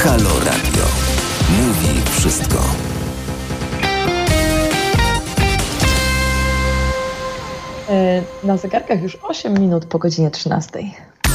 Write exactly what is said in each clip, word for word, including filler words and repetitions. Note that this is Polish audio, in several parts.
Halo Radio. Mówi wszystko. Na zegarkach już osiem minut po godzinie trzynastej.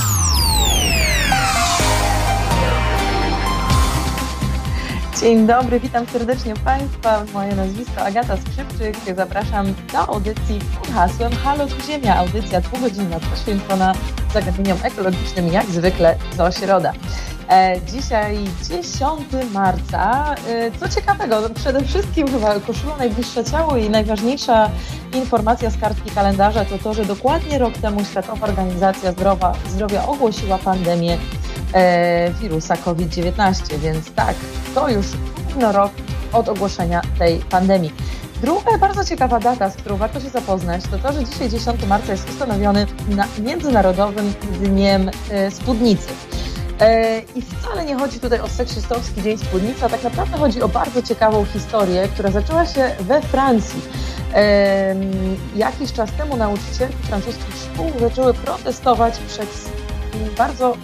Dzień dobry, witam serdecznie Państwa. Moje nazwisko Agata Skrzypczyk. Zapraszam do audycji pod hasłem Halo tu Ziemia. Audycja dwugodzinna poświęcona zagadnieniom ekologicznym, jak zwykle co środa. Dzisiaj dziesiątego marca. Co ciekawego, przede wszystkim chyba koszula najbliższa ciału i najważniejsza informacja z kartki kalendarza to to, że dokładnie rok temu Światowa Organizacja Zdrowia, Zdrowia ogłosiła pandemię e, wirusa COVID dziewiętnaście, więc tak, to już równo rok od ogłoszenia tej pandemii. Druga bardzo ciekawa data, z którą warto się zapoznać, to to, że dzisiaj dziesiątego marca jest ustanowiony na Międzynarodowym Dniem e, Spódnicy. I wcale nie chodzi tutaj o seksistowski Dzień Spódnicy, a tak naprawdę chodzi o bardzo ciekawą historię, która zaczęła się we Francji. Jakiś czas temu nauczycielki francuskich szkół zaczęły protestować przed bardzo,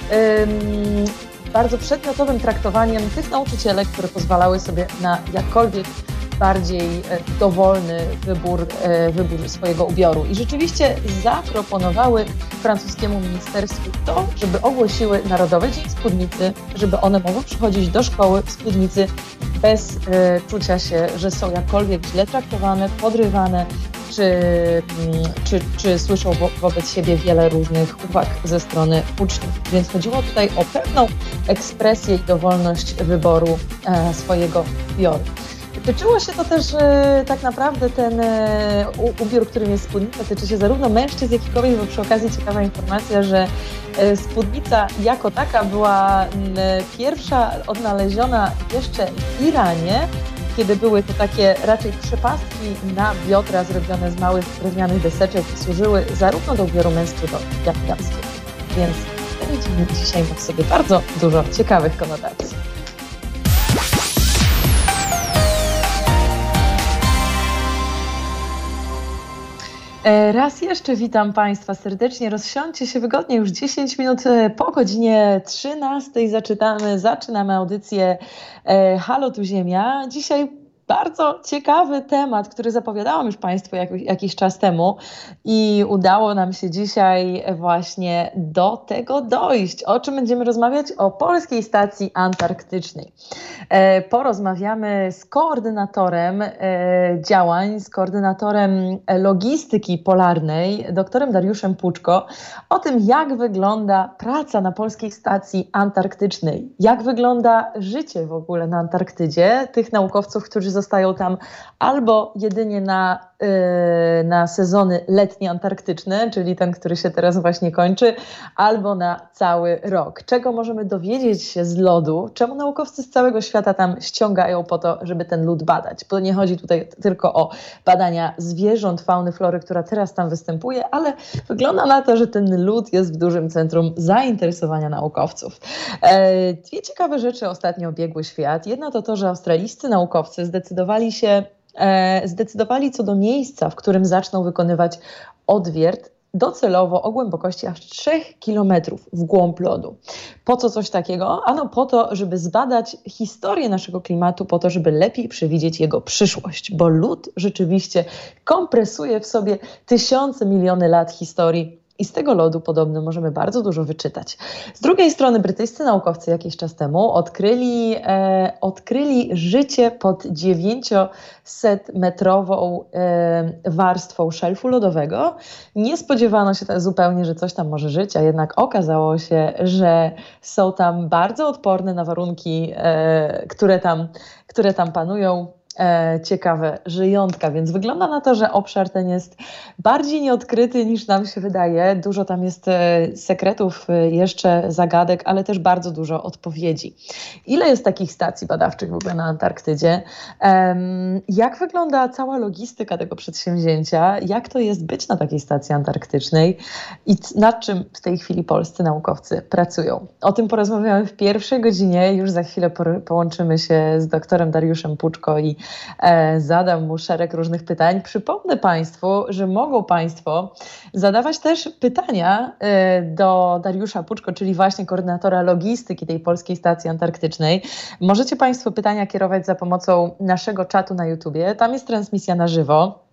bardzo przedmiotowym traktowaniem tych nauczycielek, które pozwalały sobie na jakkolwiek bardziej dowolny wybór, wybór swojego ubioru. I rzeczywiście zaproponowały francuskiemu ministerstwu to, żeby ogłosiły Narodowy Dzień Spódnicy, żeby one mogły przychodzić do szkoły w spódnicy bez e, czucia się, że są jakkolwiek źle traktowane, podrywane, czy, czy, czy słyszą wo- wobec siebie wiele różnych uwag ze strony uczniów. Więc chodziło tutaj o pewną ekspresję i dowolność wyboru e, swojego ubioru. Tyczyło się to też e, tak naprawdę ten e, ubiór, którym jest spódnica, tyczy się zarówno mężczyzn, jak i kobiet, bo przy okazji ciekawa informacja, że e, spódnica jako taka była m, pierwsza odnaleziona jeszcze w Iranie, kiedy były to takie raczej przepastki na biodra zrobione z małych drewnianych deseczek i służyły zarówno do ubioru męskiego, jak i damskiego. Więc ten dzień dzisiaj ma w sobie bardzo dużo ciekawych konotacji. Raz jeszcze witam Państwa serdecznie. Rozsiądźcie się wygodnie. Już dziesięć minut po godzinie trzynastej zaczynamy, zaczynamy audycję Halo tu Ziemia. Dzisiaj bardzo ciekawy temat, który zapowiadałam już Państwu jak, jakiś czas temu i udało nam się dzisiaj właśnie do tego dojść. O czym będziemy rozmawiać? O Polskiej Stacji Antarktycznej. E, porozmawiamy z koordynatorem e, działań, z koordynatorem logistyki polarnej, doktorem Dariuszem Puczko, o tym, jak wygląda praca na Polskiej Stacji Antarktycznej, jak wygląda życie w ogóle na Antarktydzie, tych naukowców, którzy zostają tam albo jedynie na, yy, na sezony letnie antarktyczne, czyli ten, który się teraz właśnie kończy, albo na cały rok. Czego możemy dowiedzieć się z lodu? Czemu naukowcy z całego świata tam ściągają po to, żeby ten lód badać? Bo nie chodzi tutaj tylko o badania zwierząt, fauny, flory, która teraz tam występuje, ale wygląda na to, że ten lód jest w dużym centrum zainteresowania naukowców. E, dwie ciekawe rzeczy ostatnio obiegły świat. Jedna to to, że australijscy naukowcy zdecydowali się, e, zdecydowali co do miejsca, w którym zaczną wykonywać odwiert docelowo o głębokości aż trzech kilometrów w głąb lodu. Po co coś takiego? Ano po to, żeby zbadać historię naszego klimatu, po to, żeby lepiej przewidzieć jego przyszłość, bo lód rzeczywiście kompresuje w sobie tysiące, miliony lat historii. I z tego lodu podobno możemy bardzo dużo wyczytać. Z drugiej strony brytyjscy naukowcy jakiś czas temu odkryli, e, odkryli życie pod dziewięciosetmetrową e, warstwą szelfu lodowego. Nie spodziewano się tak zupełnie, że coś tam może żyć, a jednak okazało się, że są tam bardzo odporne na warunki, e, które tam, które tam panują. E, ciekawe żyjątka, więc wygląda na to, że obszar ten jest bardziej nieodkryty niż nam się wydaje. Dużo tam jest e, sekretów, e, jeszcze zagadek, ale też bardzo dużo odpowiedzi. Ile jest takich stacji badawczych w ogóle na Antarktydzie? E, jak wygląda cała logistyka tego przedsięwzięcia? Jak to jest być na takiej stacji antarktycznej? I nad czym w tej chwili polscy naukowcy pracują? O tym porozmawiamy w pierwszej godzinie. Już za chwilę po- połączymy się z doktorem Dariuszem Puczko i e, zadam mu szereg różnych pytań. Przypomnę Państwu, że mogą Państwo zadawać też pytania e, do Dariusza Puczko, czyli właśnie koordynatora logistyki tej Polskiej Stacji Antarktycznej. Możecie Państwo pytania kierować za pomocą naszego czatu na YouTubie. Tam jest transmisja na żywo.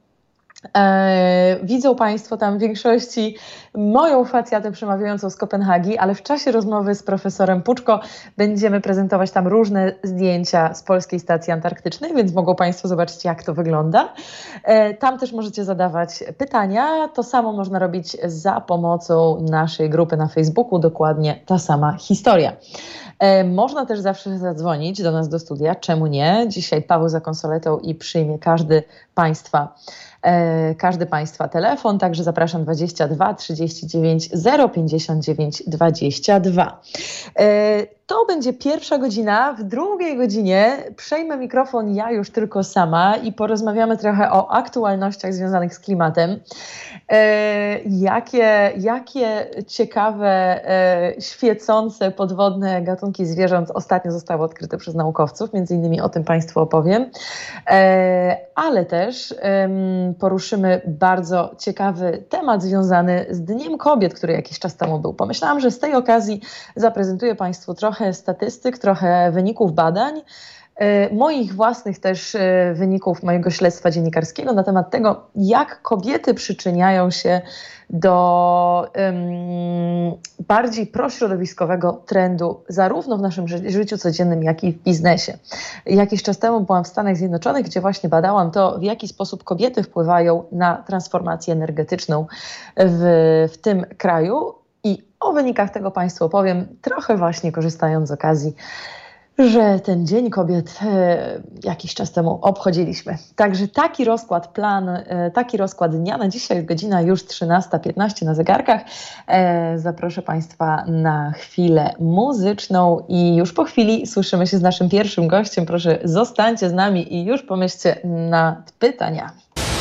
E, widzą Państwo tam w większości moją facjatę przemawiającą z Kopenhagi, ale w czasie rozmowy z profesorem Puczko będziemy prezentować tam różne zdjęcia z Polskiej Stacji Antarktycznej, więc mogą Państwo zobaczyć, jak to wygląda. E, tam też możecie zadawać pytania. To samo można robić za pomocą naszej grupy na Facebooku, dokładnie ta sama historia. E, można też zawsze zadzwonić do nas do studia, czemu nie? Dzisiaj Paweł za konsoletą i przyjmie każdy Państwa E, każdy Państwa telefon, także zapraszam dwadzieścia dwa trzydzieści dziewięć zero pięćdziesiąt dziewięć dwadzieścia dwa. E, to będzie pierwsza godzina. W drugiej godzinie przejmę mikrofon ja już tylko sama i porozmawiamy trochę o aktualnościach związanych z klimatem. E, jakie, jakie ciekawe, e, świecące podwodne gatunki zwierząt ostatnio zostały odkryte przez naukowców, między innymi o tym Państwu opowiem. E, ale też um, poruszymy bardzo ciekawy temat związany z Dniem Kobiet, który jakiś czas temu był. Pomyślałam, że z tej okazji zaprezentuję Państwu trochę statystyk, trochę wyników badań, moich własnych też wyników mojego śledztwa dziennikarskiego na temat tego, jak kobiety przyczyniają się do um, bardziej prośrodowiskowego trendu zarówno w naszym ży- życiu codziennym, jak i w biznesie. Jakiś czas temu byłam w Stanach Zjednoczonych, gdzie właśnie badałam to, w jaki sposób kobiety wpływają na transformację energetyczną w, w tym kraju i o wynikach tego Państwu opowiem, trochę właśnie korzystając z okazji, że ten Dzień Kobiet e, jakiś czas temu obchodziliśmy. Także taki rozkład, plan, e, taki rozkład dnia na dzisiaj, godzina już trzynasta piętnaście na zegarkach. E, zaproszę Państwa na chwilę muzyczną i już po chwili słyszymy się z naszym pierwszym gościem. Proszę, zostańcie z nami i już pomyślcie nad pytaniami.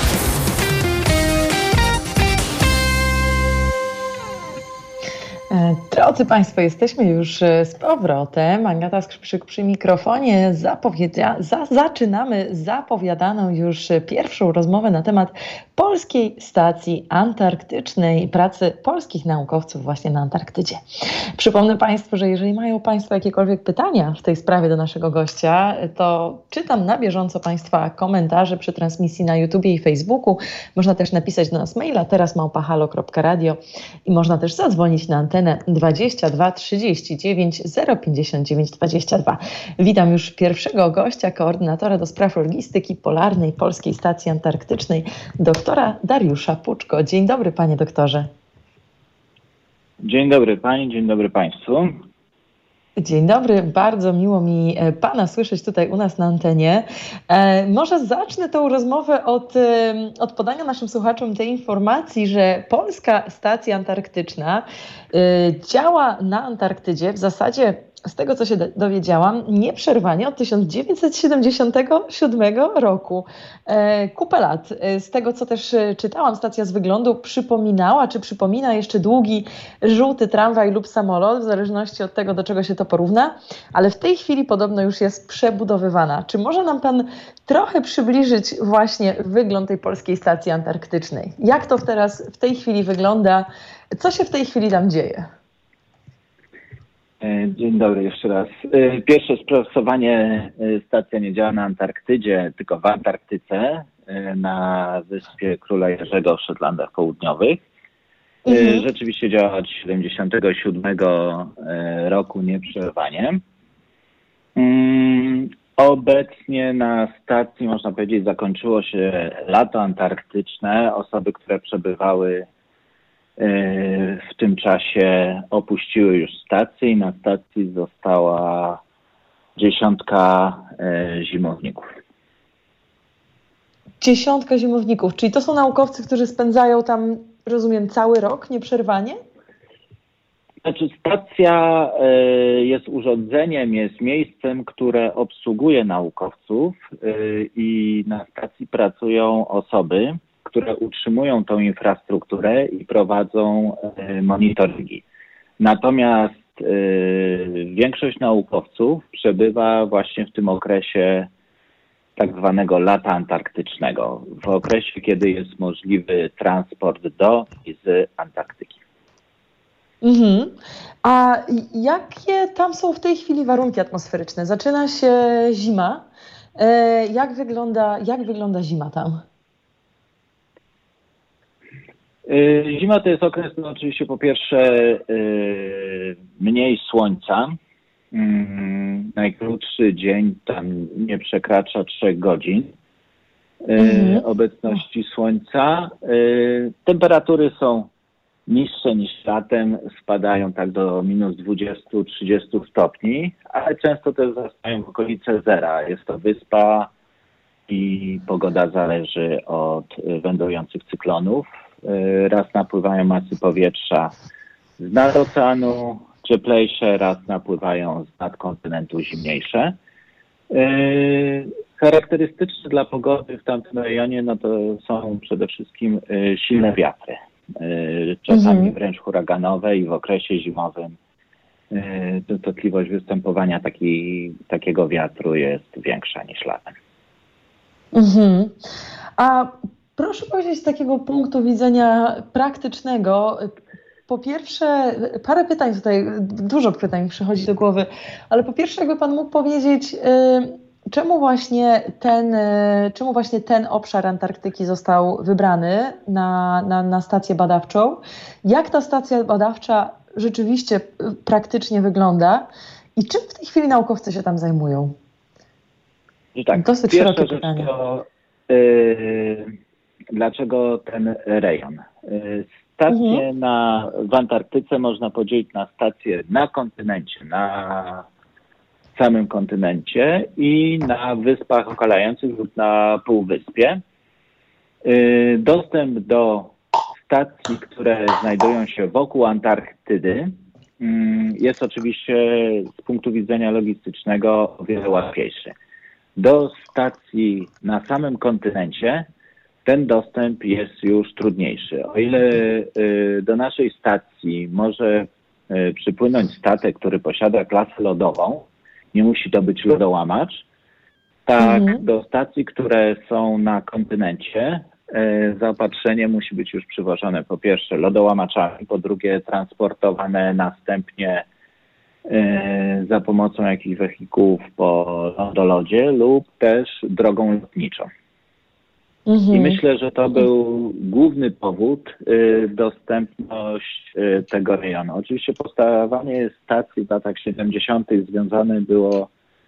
Drodzy Państwo, jesteśmy już z powrotem. Agata Skrzypczyk przy mikrofonie. Zapowiedzia- za- zaczynamy zapowiadaną już pierwszą rozmowę na temat Polskiej Stacji Antarktycznej, pracy polskich naukowców właśnie na Antarktydzie. Przypomnę Państwu, że jeżeli mają Państwo jakiekolwiek pytania w tej sprawie do naszego gościa, to czytam na bieżąco Państwa komentarze przy transmisji na YouTubie i Facebooku. Można też napisać do nas maila teraz małpa halo kropka radio i można też zadzwonić na antenę dwadzieścia dwa trzydzieści dziewięć zero pięćdziesiąt dziewięć dwadzieścia dwa. Witam już pierwszego gościa, koordynatora do spraw logistyki polarnej Polskiej Stacji Antarktycznej, doktora Dariusza Puczko. Dzień dobry, panie doktorze. Dzień dobry pani, dzień dobry państwu. Dzień dobry, bardzo miło mi pana słyszeć tutaj u nas na antenie. E, może zacznę tą rozmowę od, od podania naszym słuchaczom tej informacji, że Polska Stacja Antarktyczna e, działa na Antarktydzie w zasadzie, z tego co się dowiedziałam, nieprzerwanie od tysiąc dziewięćset siedemdziesiątego siódmego roku. E, kupę lat. Z tego co też czytałam, stacja z wyglądu przypominała, czy przypomina jeszcze długi, żółty tramwaj lub samolot, w zależności od tego, do czego się to porówna, ale w tej chwili podobno już jest przebudowywana. Czy może nam pan trochę przybliżyć właśnie wygląd tej Polskiej Stacji Antarktycznej? Jak to teraz w tej chwili wygląda? Co się w tej chwili tam dzieje? Dzień dobry jeszcze raz. Pierwsze sprostowanie, stacja nie działa na Antarktydzie, tylko w Antarktyce, na wyspie Króla Jerzego w Szetlandach Południowych. Mhm. Rzeczywiście działa od siedemdziesiątego siódmego roku nieprzerwanie. Obecnie na stacji, można powiedzieć, zakończyło się lato antarktyczne. Osoby, które przebywały w tym czasie, opuściły już stację i na stacji została dziesiątka zimowników. Dziesiątka zimowników, czyli to są naukowcy, którzy spędzają tam, rozumiem, cały rok nieprzerwanie? Znaczy stacja jest urządzeniem, jest miejscem, które obsługuje naukowców i na stacji pracują osoby, które utrzymują tą infrastrukturę i prowadzą monitoringi. Natomiast y, większość naukowców przebywa właśnie w tym okresie tak zwanego lata antarktycznego, w okresie, kiedy jest możliwy transport do i z Antarktyki. Mhm. A jakie tam są w tej chwili warunki atmosferyczne? Zaczyna się zima. E, Jak wygląda, jak wygląda zima tam? Y, Zima to jest okres, no oczywiście po pierwsze y, mniej słońca. Mm, Najkrótszy dzień tam nie przekracza trzech godzin y, Mhm. obecności słońca. Y, Temperatury są niższe niż latem, spadają tak do minus dwadzieścia do trzydziestu stopni, ale często też zostają w okolice zera. Jest to wyspa i pogoda zależy od y, wędrujących cyklonów. Y, Raz napływają masy powietrza z nad oceanu cieplejsze, raz napływają z nad kontynentu zimniejsze. Y, Charakterystyczne dla pogody w tamtym rejonie no to są przede wszystkim y, silne wiatry. Y, Czasami Mhm. wręcz huraganowe i w okresie zimowym y, częstotliwość występowania taki, takiego wiatru jest większa niż latem. Mhm. A proszę powiedzieć z takiego punktu widzenia praktycznego. Po pierwsze, parę pytań tutaj, dużo pytań przychodzi do głowy, ale po pierwsze, jakby Pan mógł powiedzieć, y, czemu właśnie ten, y, czemu właśnie ten obszar Antarktyki został wybrany na, na, na stację badawczą? Jak ta stacja badawcza rzeczywiście y, praktycznie wygląda i czym w tej chwili naukowcy się tam zajmują? I tak, Dosyć pierwsza szerokie rzecz pytanie. to yy, dlaczego ten rejon? Yy, stacje Mhm. na, w Antarktyce można podzielić na stacje na kontynencie, na samym kontynencie i na wyspach okalających lub na półwyspie. Yy, dostęp do stacji, które znajdują się wokół Antarktydy, yy, jest oczywiście z punktu widzenia logistycznego o wiele łatwiejszy. Do stacji na samym kontynencie ten dostęp jest już trudniejszy. O ile y, do naszej stacji może y, przypłynąć statek, który posiada klasę lodową, nie musi to być lodołamacz, tak Mhm. do stacji, które są na kontynencie, y, zaopatrzenie musi być już przywożone po pierwsze lodołamaczami, po drugie transportowane następnie y, za pomocą jakichś wehikułów po lądolodzie lub też drogą lotniczą. Mhm. I myślę, że to był główny powód, y, dostępność y, tego rejonu. Oczywiście powstawanie stacji w latach siedemdziesiątych związane było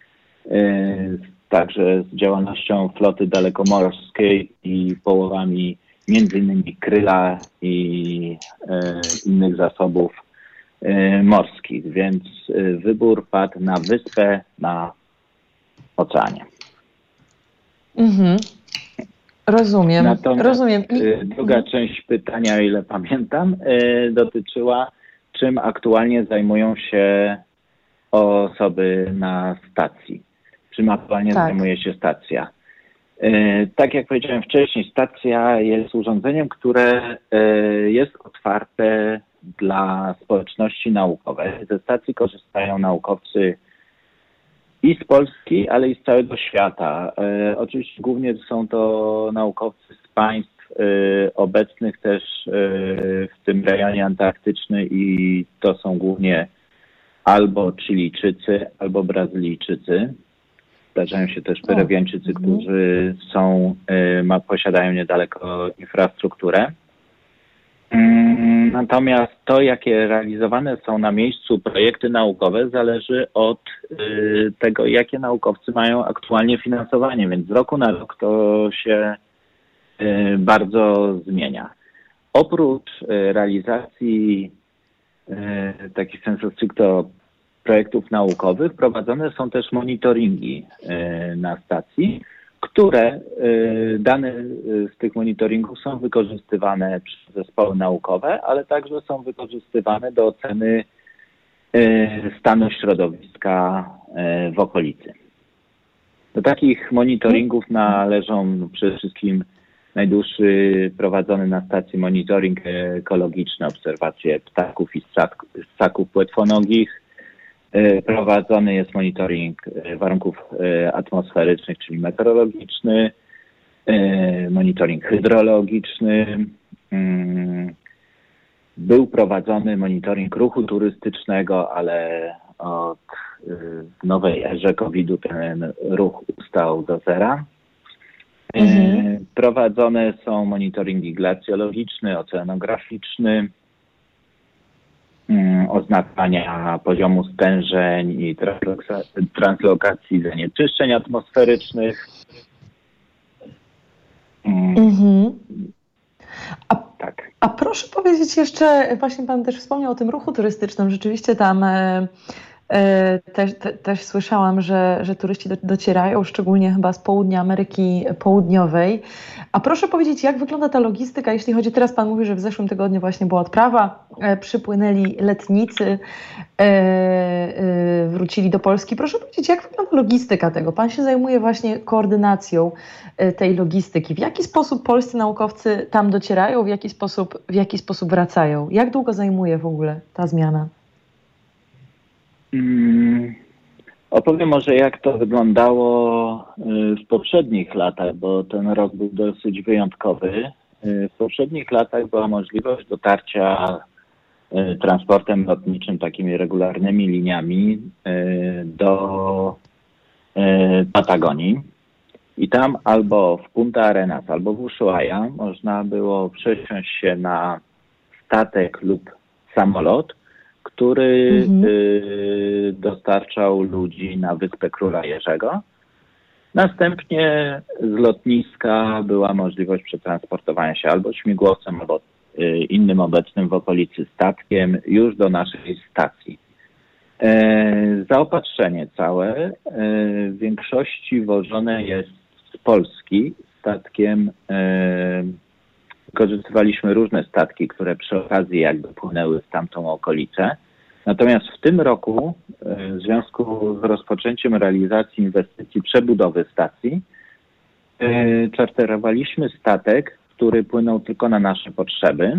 y, także z działalnością floty dalekomorskiej i połowami między innymi Kryla i y, innych zasobów y, morskich, więc y, wybór padł na wyspę na oceanie. Mhm. Rozumiem, Natomiast rozumiem. I, y, druga mhm. część pytania, o ile pamiętam, y, dotyczyła, czym aktualnie zajmują się osoby na stacji. Czym aktualnie Tak. zajmuje się stacja. Y, Tak jak powiedziałem wcześniej, stacja jest urządzeniem, które y, jest otwarte dla społeczności naukowej. Ze stacji korzystają naukowcy i z Polski, ale i z całego świata. E, oczywiście głównie są to naukowcy z państw e, obecnych też e, w tym rejonie antarktycznym i to są głównie albo Chilijczycy, albo Brazylijczycy. Zdarzają się też Peruwiańczycy, Mhm. którzy są, e, ma, posiadają niedaleko infrastrukturę. Mm, Natomiast to, jakie realizowane są na miejscu projekty naukowe, zależy od y, tego, jakie naukowcy mają aktualnie finansowanie, więc z roku na rok to się y, bardzo zmienia. Oprócz y, realizacji y, takich sensu stricto projektów naukowych, prowadzone są też monitoringi y, na stacji, które y, dane y, z tych monitoringów są wykorzystywane przez zespoły naukowe, ale także są wykorzystywane do oceny y, stanu środowiska y, w okolicy. Do takich monitoringów należą przede wszystkim najdłuższy prowadzony na stacji monitoring ekologiczny, obserwacje ptaków i ssak- ssaków płetwonogich, Prowadzony jest monitoring warunków atmosferycznych, czyli meteorologiczny, monitoring hydrologiczny. Był prowadzony monitoring ruchu turystycznego, ale od nowej erze kowida ten ruch ustał do zera. Mhm. Prowadzone są monitoringi glacjologiczny, oceanograficzny, oznaczania poziomu stężeń i translokacji zanieczyszczeń atmosferycznych. Mhm. A, tak. a proszę powiedzieć jeszcze, właśnie Pan też wspomniał o tym ruchu turystycznym, rzeczywiście tam e, e, też, te, też słyszałam, że, że turyści do, docierają, szczególnie chyba z południa Ameryki Południowej. A proszę powiedzieć, jak wygląda ta logistyka, jeśli chodzi, teraz Pan mówi, że w zeszłym tygodniu właśnie była odprawa, e, przypłynęli letnicy, e, e, wrócili do Polski. Proszę powiedzieć, jak wygląda logistyka tego? Pan się zajmuje właśnie koordynacją e, tej logistyki. W jaki sposób polscy naukowcy tam docierają, w jaki sposób, w jaki sposób wracają? Jak długo zajmuje w ogóle ta zmiana? Hmm. Opowiem może, jak to wyglądało w poprzednich latach, bo ten rok był dosyć wyjątkowy. W poprzednich latach była możliwość dotarcia transportem lotniczym, takimi regularnymi liniami do Patagonii. I tam albo w Punta Arenas, albo w Ushuaia można było przesiąść się na statek lub samolot, który mhm. y, dostarczał ludzi na Wyspę Króla Jerzego. Następnie z lotniska była możliwość przetransportowania się albo śmigłowcem, albo y, innym obecnym w okolicy statkiem już do naszej stacji. E, zaopatrzenie całe e, w większości wożone jest z Polski statkiem. E, Wykorzystywaliśmy różne statki, które przy okazji jakby płynęły w tamtą okolicę. Natomiast w tym roku, w związku z rozpoczęciem realizacji inwestycji przebudowy stacji, czarterowaliśmy statek, który płynął tylko na nasze potrzeby.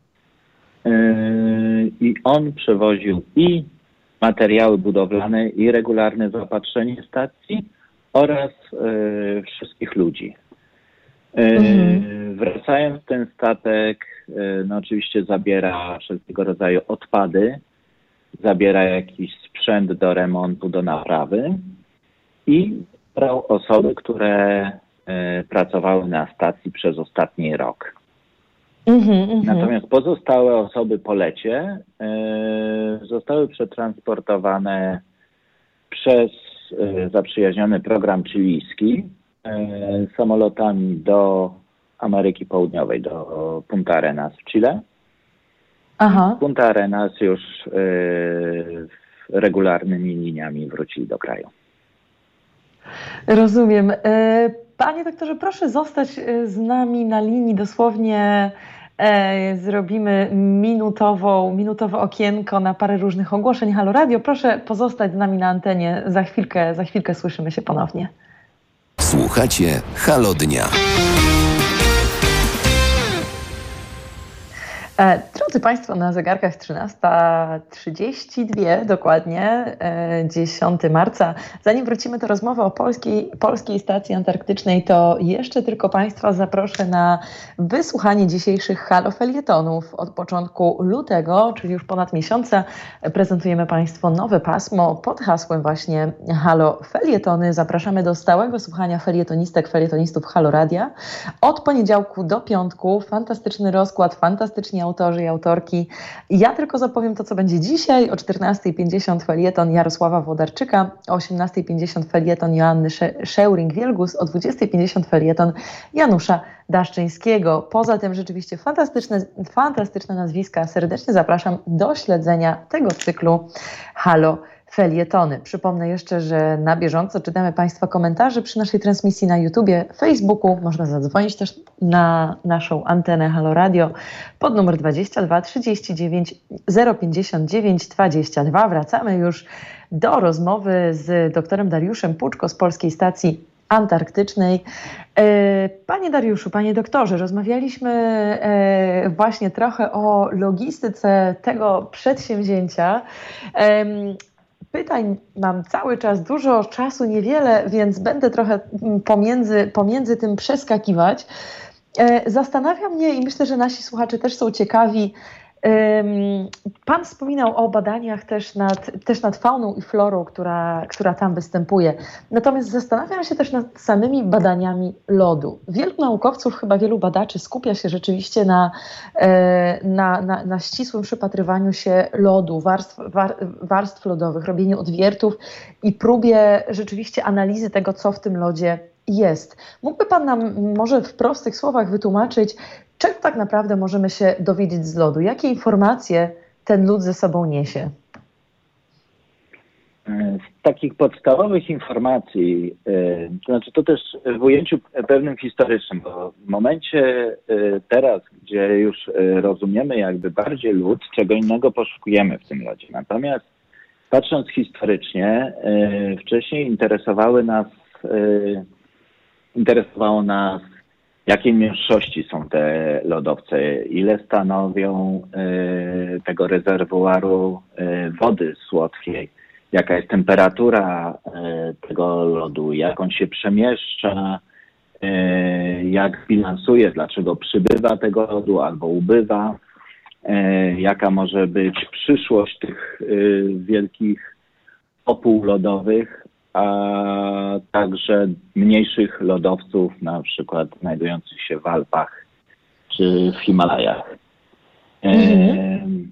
I on przewoził i materiały budowlane, i regularne zaopatrzenie stacji oraz wszystkich ludzi. Mhm. Wracając, ten statek no oczywiście zabiera wszelkiego rodzaju odpady, zabiera jakiś sprzęt do remontu, do naprawy i brał osoby, które pracowały na stacji przez ostatni rok. Mhm, Natomiast pozostałe osoby po lecie zostały przetransportowane przez zaprzyjaźniony program chilijski samolotami do Ameryki Południowej, do Punta Arenas w Chile. Aha. Punta Arenas już y, regularnymi liniami wrócili do kraju. Rozumiem. Panie doktorze, proszę zostać z nami na linii. Dosłownie zrobimy minutową, minutowe okienko na parę różnych ogłoszeń. Halo Radio, proszę pozostać z nami na antenie. Za chwilkę, za chwilkę słyszymy się ponownie. Słuchacie Halo Dnia. Drodzy Państwo, na zegarkach trzynasta trzydzieści dwa, dokładnie dziesiątego marca. Zanim wrócimy do rozmowy o polskiej, polskiej stacji antarktycznej, to jeszcze tylko Państwa zaproszę na wysłuchanie dzisiejszych Halo Felietonów. Od początku lutego, czyli już ponad miesiąca, prezentujemy Państwu nowe pasmo pod hasłem właśnie Halo Felietony. Zapraszamy do stałego słuchania felietonistek, felietonistów Halo Radia. Od poniedziałku do piątku fantastyczny rozkład, fantastyczni autorzy i autorki. Ja tylko zapowiem to, co będzie dzisiaj. O czternastej pięćdziesiąt felieton Jarosława Włodarczyka, o osiemnastej pięćdziesiąt felieton Joanny Szeuring-Wielgus, o dwudziestej pięćdziesiąt felieton Janusza Daszczyńskiego. Poza tym rzeczywiście fantastyczne, fantastyczne nazwiska. Serdecznie zapraszam do śledzenia tego cyklu Halo Felietony. Przypomnę jeszcze, że na bieżąco czytamy Państwa komentarze przy naszej transmisji na YouTubie, Facebooku. Można zadzwonić też na naszą antenę Halo Radio pod numer dwadzieścia dwa trzydzieści dziewięć zero pięćdziesiąt dziewięć dwadzieścia dwa. Wracamy już do rozmowy z doktorem Dariuszem Puczko z Polskiej Stacji Antarktycznej. Panie Dariuszu, panie doktorze, rozmawialiśmy właśnie trochę o logistyce tego przedsięwzięcia. pytań mam cały czas, dużo czasu, niewiele, więc będę trochę pomiędzy, pomiędzy tym przeskakiwać. Zastanawia mnie i myślę, że nasi słuchacze też są ciekawi. Pan wspominał o badaniach też nad, też nad fauną i florą, która, która tam występuje. Natomiast zastanawiam się też nad samymi badaniami lodu. Wielu naukowców, chyba wielu badaczy skupia się rzeczywiście na, na, na, na ścisłym przypatrywaniu się lodu, warstw, war, warstw lodowych, robieniu odwiertów i próbie rzeczywiście analizy tego, co w tym lodzie jest. Mógłby Pan nam może w prostych słowach wytłumaczyć, czego tak naprawdę możemy się dowiedzieć z lodu? Jakie informacje ten lód ze sobą niesie? Z takich podstawowych informacji, to znaczy to też w ujęciu pewnym historycznym, bo w momencie teraz, gdzie już rozumiemy jakby bardziej lód, czego innego poszukujemy w tym lodzie. Natomiast patrząc historycznie, wcześniej interesowały nas, interesowało nas, jakiej mniejszości są te lodowce, ile stanowią y, tego rezerwuaru y, wody słodkiej, jaka jest temperatura y, tego lodu, jak on się przemieszcza, y, jak bilansuje, dlaczego przybywa tego lodu albo ubywa, y, jaka może być przyszłość tych y, wielkich kopuł lodowych, a także mniejszych lodowców, na przykład znajdujących się w Alpach czy w Himalajach. Mm-hmm.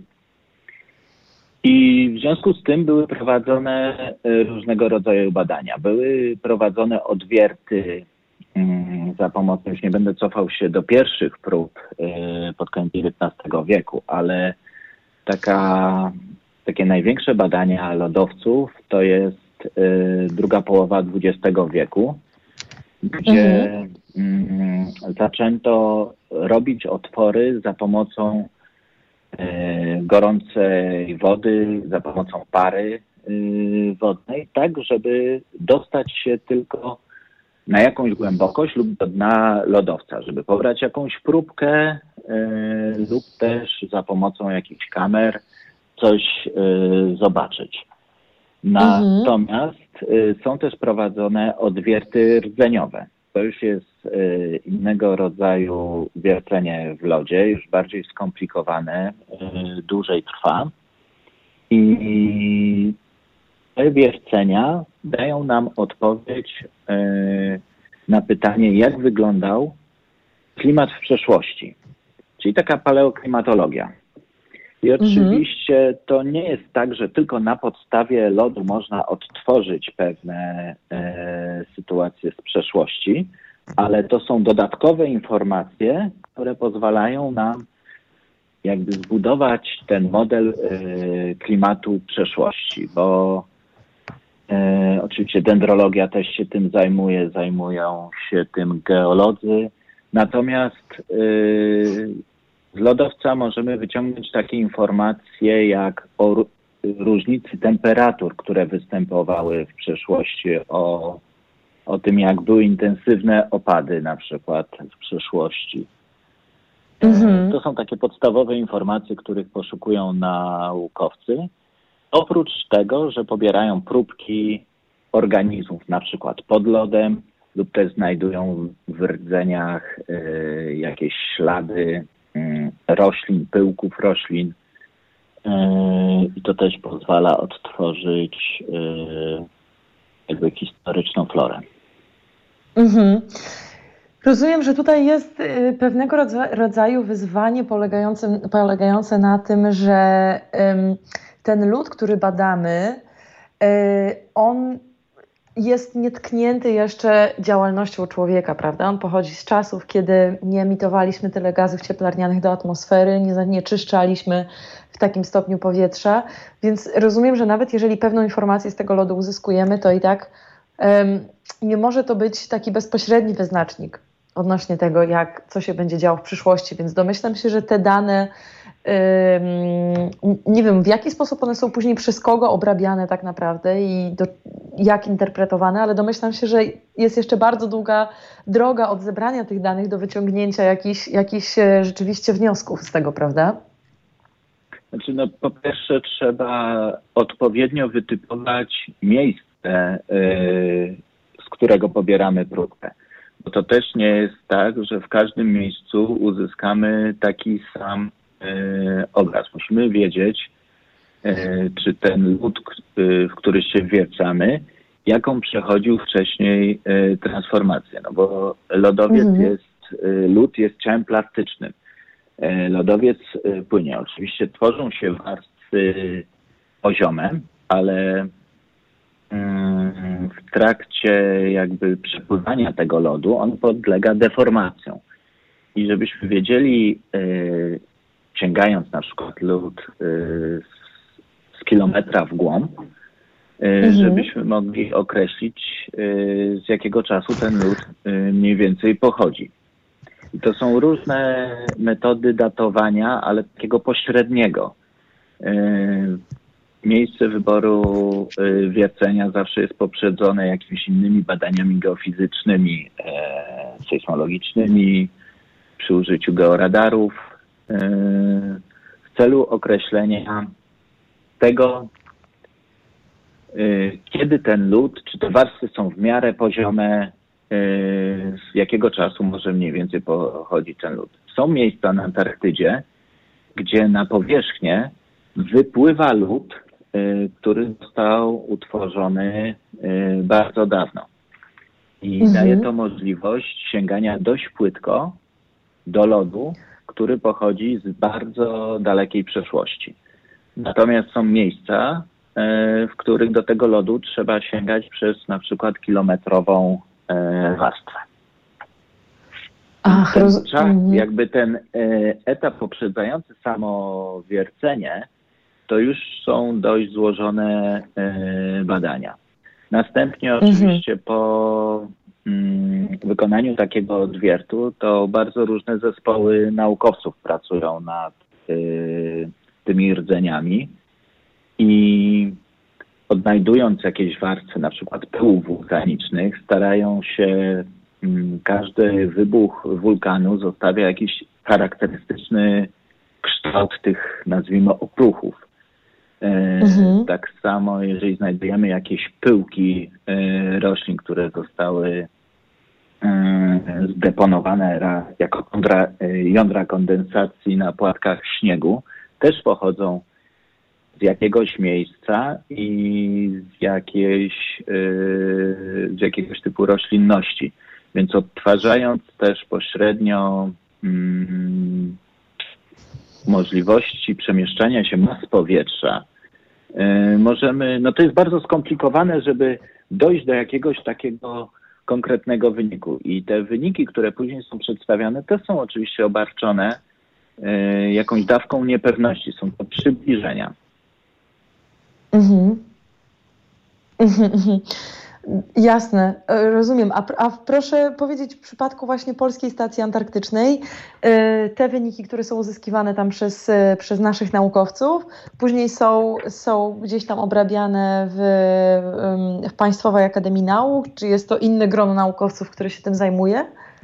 I w związku z tym były prowadzone różnego rodzaju badania. Były prowadzone odwierty za pomocą, już nie będę cofał się do pierwszych prób pod koniec dziewiętnastego wieku, ale taka, takie największe badania lodowców to jest druga połowa dwudziestego wieku, gdzie mhm. zaczęto robić otwory za pomocą gorącej wody, za pomocą pary wodnej, tak żeby dostać się tylko na jakąś głębokość lub do dna lodowca, żeby pobrać jakąś próbkę lub też za pomocą jakichś kamer coś zobaczyć. Natomiast mhm. są też prowadzone odwierty rdzeniowe. To już jest y, innego rodzaju wiercenie w lodzie, już bardziej skomplikowane, y, dłużej trwa. I te wiercenia dają nam odpowiedź y, na pytanie, jak wyglądał klimat w przeszłości. Czyli taka paleoklimatologia. I oczywiście mhm. to nie jest tak, że tylko na podstawie lodu można odtworzyć pewne e, sytuacje z przeszłości, ale to są dodatkowe informacje, które pozwalają nam jakby zbudować ten model e, klimatu przeszłości, bo e, oczywiście dendrologia też się tym zajmuje, zajmują się tym geolodzy, natomiast e, z lodowca możemy wyciągnąć takie informacje jak o różnicy temperatur, które występowały w przeszłości, o, o tym, jak były intensywne opady na przykład w przeszłości. Mhm. To są takie podstawowe informacje, których poszukują naukowcy. Oprócz tego, że pobierają próbki organizmów na przykład pod lodem lub też znajdują w rdzeniach y, jakieś ślady roślin, pyłków roślin i to też pozwala odtworzyć jakby historyczną florę. Mhm. Rozumiem, że tutaj jest pewnego rodzaju wyzwanie polegające, polegające na tym, że ten lód, który badamy, on jest nietknięty jeszcze działalnością człowieka, prawda? On pochodzi z czasów, kiedy nie emitowaliśmy tyle gazów cieplarnianych do atmosfery, nie zanieczyszczaliśmy w takim stopniu powietrza, więc rozumiem, że nawet jeżeli pewną informację z tego lodu uzyskujemy, to i tak um, nie może to być taki bezpośredni wyznacznik odnośnie tego, jak, co się będzie działo w przyszłości, więc domyślam się, że te dane, um, nie wiem, w jaki sposób one są później przez kogo obrabiane tak naprawdę i do, jak interpretowane, ale domyślam się, że jest jeszcze bardzo długa droga od zebrania tych danych do wyciągnięcia jakichś, jakichś rzeczywiście wniosków z tego, prawda? Znaczy, no, po pierwsze trzeba odpowiednio wytypować miejsce, yy, z którego pobieramy próbkę. Bo to też nie jest tak, że w każdym miejscu uzyskamy taki sam yy, obraz. Musimy wiedzieć, yy, czy ten lód, yy, w który się wwiercamy, jaką przechodził wcześniej yy, transformację. No bo lodowiec mhm. jest, yy, lód jest ciałem plastycznym. Lodowiec płynie. Oczywiście tworzą się warstwy poziome, ale w trakcie jakby przepływania tego lodu on podlega deformacjom. I żebyśmy wiedzieli, sięgając na przykład lód z kilometra w głąb, mhm. żebyśmy mogli określić, z jakiego czasu ten lód mniej więcej pochodzi. I to są różne metody datowania, ale takiego pośredniego. Miejsce wyboru wiercenia zawsze jest poprzedzone jakimiś innymi badaniami geofizycznymi, sejsmologicznymi, przy użyciu georadarów, w celu określenia tego, kiedy ten lód, czy te warstwy są w miarę poziome, z jakiego czasu może mniej więcej pochodzi ten lód. Są miejsca na Antarktydzie, gdzie na powierzchnię wypływa lód, który został utworzony bardzo dawno. I mhm. daje to możliwość sięgania dość płytko do lodu, który pochodzi z bardzo dalekiej przeszłości. Natomiast są miejsca, w których do tego lodu trzeba sięgać przez na przykład kilometrową warstwę. Ach, ten roz... czas, mm. jakby ten etap poprzedzający samo wiercenie, to już są dość złożone badania. Następnie oczywiście mm-hmm. po mm, wykonaniu takiego odwiertu, to bardzo różne zespoły naukowców pracują nad y, tymi rdzeniami i odnajdując jakieś warstwy, na przykład pyłów wulkanicznych, starają się, m, każdy wybuch wulkanu zostawia jakiś charakterystyczny kształt tych, nazwijmy, opruchów. E, mhm. Tak samo, jeżeli znajdujemy jakieś pyłki e, roślin, które zostały e, zdeponowane ra, jako kontra, e, jądra kondensacji na płatkach śniegu, też pochodzą z jakiegoś miejsca i z, jakiejś, yy, z jakiegoś typu roślinności. Więc odtwarzając też pośrednio mm, możliwości przemieszczania się mas powietrza, yy, możemy, no to jest bardzo skomplikowane, żeby dojść do jakiegoś takiego konkretnego wyniku. I te wyniki, które później są przedstawiane, też są oczywiście obarczone yy, jakąś dawką niepewności. Są to przybliżenia. Mhm. Mhm, mhm. Jasne, rozumiem. A, a proszę powiedzieć w przypadku właśnie Polskiej Stacji Antarktycznej, te wyniki, które są uzyskiwane tam przez, przez naszych naukowców, później są, są gdzieś tam obrabiane w, w Państwowej Akademii Nauk? Czy jest to inne grono naukowców, które się tym zajmuje?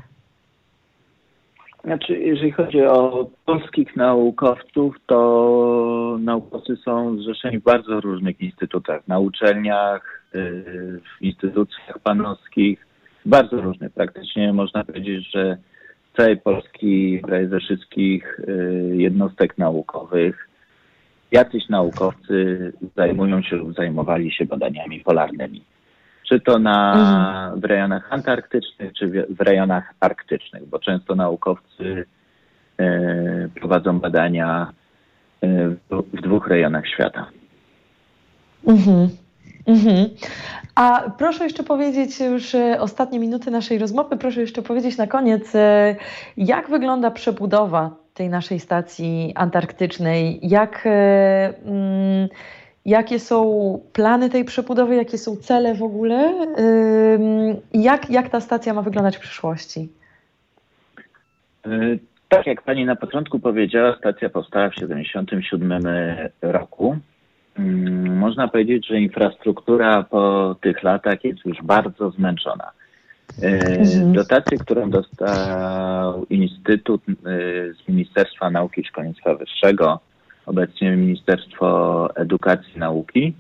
Znaczy, jeżeli chodzi o polskich naukowców, to naukowcy są zrzeszeni w bardzo różnych instytutach, na uczelniach, w instytucjach panowskich, bardzo różnych. Praktycznie można powiedzieć, że z całej Polski, prawie ze wszystkich jednostek naukowych, jacyś naukowcy zajmują się lub zajmowali się badaniami polarnymi. Czy to na, w rejonach antarktycznych, czy w rejonach arktycznych, bo często naukowcy e, prowadzą badania e, w, w dwóch rejonach świata. Mhm. Mhm. A proszę jeszcze powiedzieć, już ostatnie minuty naszej rozmowy, proszę jeszcze powiedzieć na koniec, jak wygląda przebudowa tej naszej stacji antarktycznej? Jak... Mm, Jakie są plany tej przebudowy, jakie są cele w ogóle i jak, jak ta stacja ma wyglądać w przyszłości? Tak jak pani na początku powiedziała, stacja powstała w tysiąc dziewięćset siedemdziesiątym siódmym roku. Można powiedzieć, że infrastruktura po tych latach jest już bardzo zmęczona. Mhm. Dotacje, którą dostał Instytut z Ministerstwa Nauki i Szkolnictwa Wyższego, obecnie Ministerstwo Edukacji i Nauki,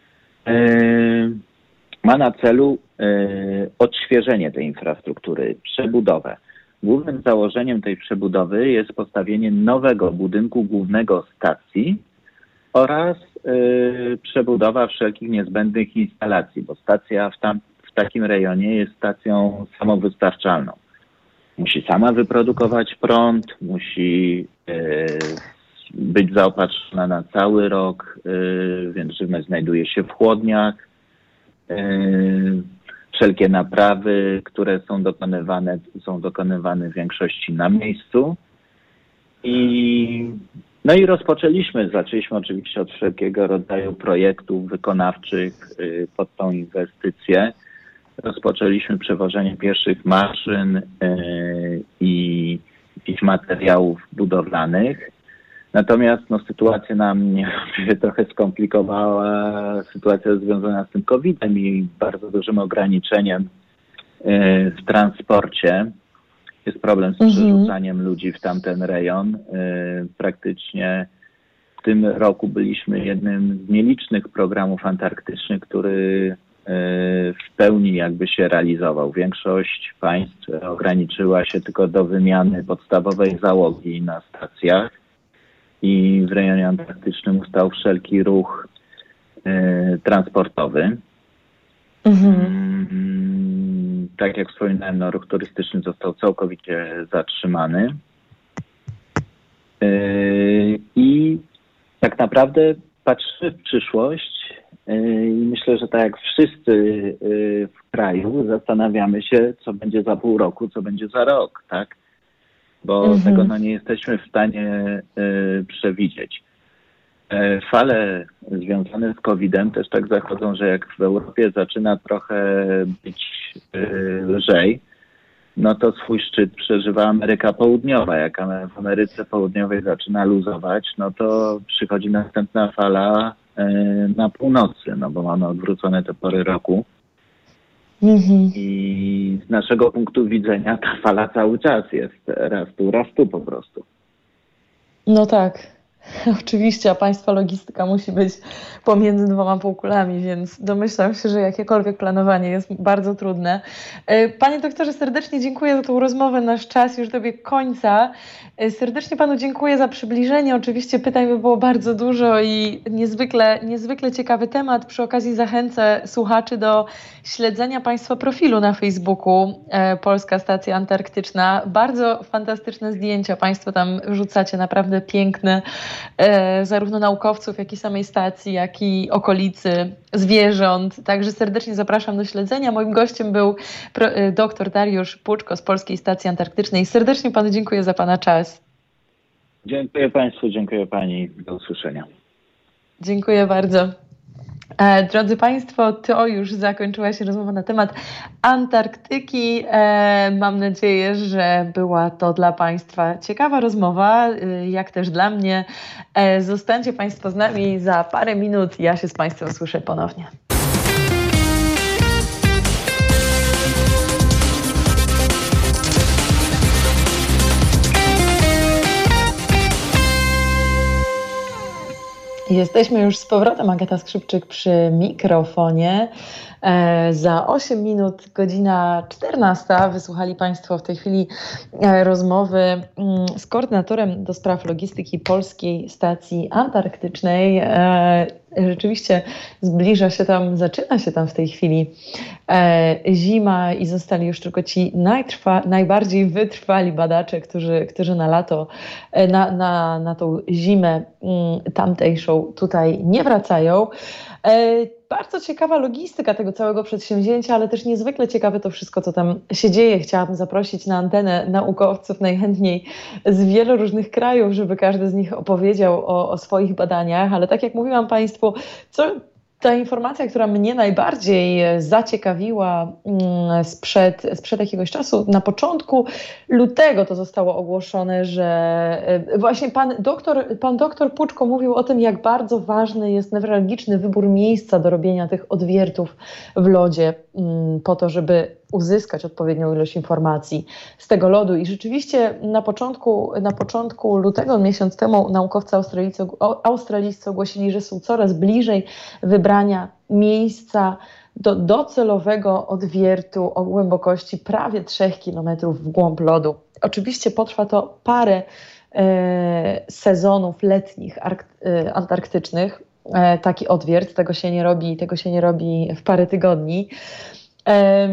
ma na celu odświeżenie tej infrastruktury, przebudowę. Głównym założeniem tej przebudowy jest postawienie nowego budynku głównego stacji oraz przebudowa wszelkich niezbędnych instalacji, bo stacja w, tam, w takim rejonie jest stacją samowystarczalną. Musi sama wyprodukować prąd, musi być zaopatrzona na cały rok, więc żywność znajduje się w chłodniach. Wszelkie naprawy, które są dokonywane, są dokonywane w większości na miejscu. I, no i rozpoczęliśmy, zaczęliśmy oczywiście od wszelkiego rodzaju projektów wykonawczych pod tą inwestycję. Rozpoczęliśmy przewożenie pierwszych maszyn i jakichś materiałów budowlanych. Natomiast no, sytuacja nam niewątpliwie trochę skomplikowała, sytuacja związana z tym kowidem i bardzo dużym ograniczeniem w transporcie. Jest problem z przerzucaniem mhm. ludzi w tamten rejon. Praktycznie w tym roku byliśmy jednym z nielicznych programów antarktycznych, który w pełni jakby się realizował. Większość państw ograniczyła się tylko do wymiany podstawowej załogi na stacjach i w rejonie antarktycznym ustał wszelki ruch y, transportowy. Mhm. Mm, tak jak wspominałem, no, ruch turystyczny został całkowicie zatrzymany. Y, I tak naprawdę patrzymy w przyszłość y, i myślę, że tak jak wszyscy y, w kraju zastanawiamy się, co będzie za pół roku, co będzie za rok, tak? Bo mhm. tego no, nie jesteśmy w stanie y, przewidzieć. E, fale związane z kowidem też tak zachodzą, że jak w Europie zaczyna trochę być y, lżej, no to swój szczyt przeżywa Ameryka Południowa. Jak w Ameryce Południowej zaczyna luzować, no to przychodzi następna fala y, na północy, no bo mamy odwrócone te pory roku. Mhm. I z naszego punktu widzenia ta fala cały czas jest raz tu, raz tu po prostu. No tak, oczywiście, a państwa logistyka musi być pomiędzy dwoma półkulami, więc domyślam się, że jakiekolwiek planowanie jest bardzo trudne. Panie doktorze, serdecznie dziękuję za tą rozmowę. Nasz czas już dobiegł końca. Serdecznie panu dziękuję za przybliżenie. Oczywiście pytań by było bardzo dużo i niezwykle, niezwykle ciekawy temat. Przy okazji zachęcę słuchaczy do śledzenia państwa profilu na Facebooku Polska Stacja Antarktyczna. Bardzo fantastyczne zdjęcia państwo tam wrzucacie, naprawdę piękne, zarówno naukowców, jak i samej stacji, jak i okolicy, zwierząt. Także serdecznie zapraszam do śledzenia. Moim gościem był dr Dariusz Puczko z Polskiej Stacji Antarktycznej. Serdecznie panu dziękuję za pana czas. Dziękuję państwu, dziękuję pani. Do usłyszenia. Dziękuję bardzo. E, drodzy Państwo, to już zakończyła się rozmowa na temat Antarktyki. E, mam nadzieję, że była to dla Państwa ciekawa rozmowa, e, jak też dla mnie. E, zostańcie Państwo z nami za parę minut. Ja się z Państwem słyszę ponownie. Jesteśmy już z powrotem, Agata Skrzypczyk przy mikrofonie. E, za osiem minut, godzina czternasta. Wysłuchali Państwo w tej chwili e, rozmowy m, z koordynatorem do spraw logistyki Polskiej Stacji Antarktycznej. E, rzeczywiście zbliża się tam, zaczyna się tam w tej chwili e, zima i zostali już tylko ci najtrwa, najbardziej wytrwali badacze, którzy, którzy na lato, e, na, na, na tą zimę m, tamtejszą tutaj nie wracają. E, Bardzo ciekawa logistyka tego całego przedsięwzięcia, ale też niezwykle ciekawe to wszystko, co tam się dzieje. Chciałabym zaprosić na antenę naukowców najchętniej z wielu różnych krajów, żeby każdy z nich opowiedział o, o swoich badaniach, ale tak jak mówiłam Państwu, co Ta informacja, która mnie najbardziej zaciekawiła sprzed, sprzed jakiegoś czasu, na początku lutego to zostało ogłoszone, że właśnie pan doktor, pan doktor Puczko mówił o tym, jak bardzo ważny jest newralgiczny wybór miejsca do robienia tych odwiertów w lodzie, po to, żeby uzyskać odpowiednią ilość informacji z tego lodu. I rzeczywiście na początku, na początku lutego, miesiąc temu, naukowcy australijscy, australijscy ogłosili, że są coraz bliżej wybrania miejsca do docelowego odwiertu o głębokości prawie trzech kilometrów w głąb lodu. Oczywiście potrwa to parę e, sezonów letnich ark, e, antarktycznych. E, taki odwiert, tego się nie robi, tego się nie robi w parę tygodni. E,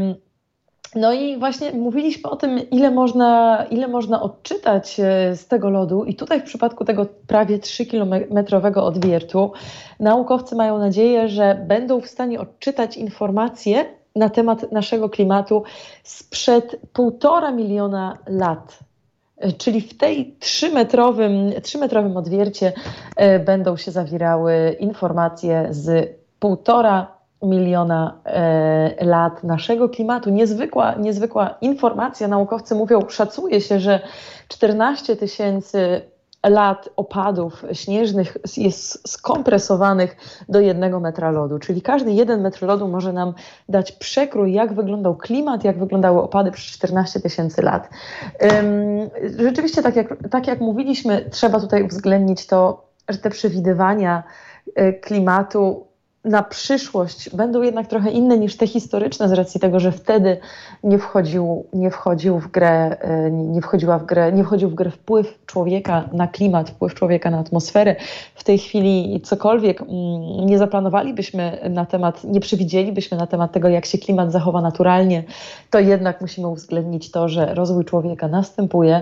No i właśnie mówiliśmy o tym, ile można, ile można odczytać z tego lodu i tutaj w przypadku tego prawie trzykilometrowego odwiertu naukowcy mają nadzieję, że będą w stanie odczytać informacje na temat naszego klimatu sprzed półtora miliona lat. Czyli w tej trzymetrowym, trzymetrowym odwiercie będą się zawierały informacje z półtora miliona e, lat naszego klimatu. Niezwykła, niezwykła informacja. Naukowcy mówią, szacuje się, że czternaście tysięcy lat opadów śnieżnych jest skompresowanych do jednego metra lodu. Czyli każdy jeden metr lodu może nam dać przekrój, jak wyglądał klimat, jak wyglądały opady przez czternaście tysięcy lat. Ym, rzeczywiście, tak jak, tak jak mówiliśmy, trzeba tutaj uwzględnić to, że te przewidywania y, klimatu na przyszłość będą jednak trochę inne niż te historyczne, z racji tego, że wtedy nie wchodził, nie wchodził w grę, nie wchodziła w grę, nie wchodził w grę wpływ człowieka na klimat, wpływ człowieka na atmosferę. W tej chwili cokolwiek nie zaplanowalibyśmy na temat, nie przewidzielibyśmy na temat tego, jak się klimat zachowa naturalnie, to jednak musimy uwzględnić to, że rozwój człowieka następuje,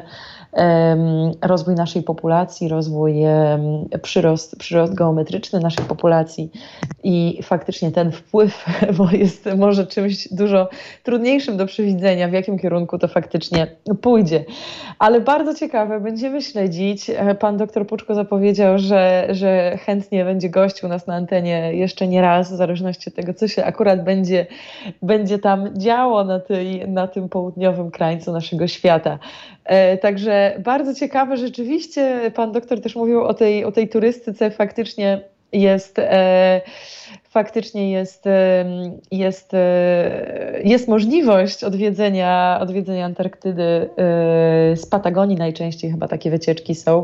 rozwój naszej populacji, rozwój, przyrost, przyrost geometryczny naszej populacji i faktycznie ten wpływ jest może czymś dużo trudniejszym do przewidzenia, w jakim kierunku to faktycznie pójdzie. Ale bardzo ciekawe, będziemy śledzić. Pan doktor Puczko zapowiedział, że, że chętnie będzie gościł nas na antenie jeszcze nie raz, w zależności od tego, co się akurat będzie, będzie tam działo na, tej, na tym południowym krańcu naszego świata. E, także bardzo ciekawe, rzeczywiście pan doktor też mówił o tej, o tej turystyce, faktycznie jest, e, faktycznie jest, e, jest, e, jest możliwość odwiedzenia, odwiedzenia Antarktydy e, z Patagonii, najczęściej chyba takie wycieczki są.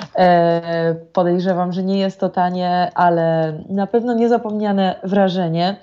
E, podejrzewam, że nie jest to tanie, ale na pewno niezapomniane wrażenie.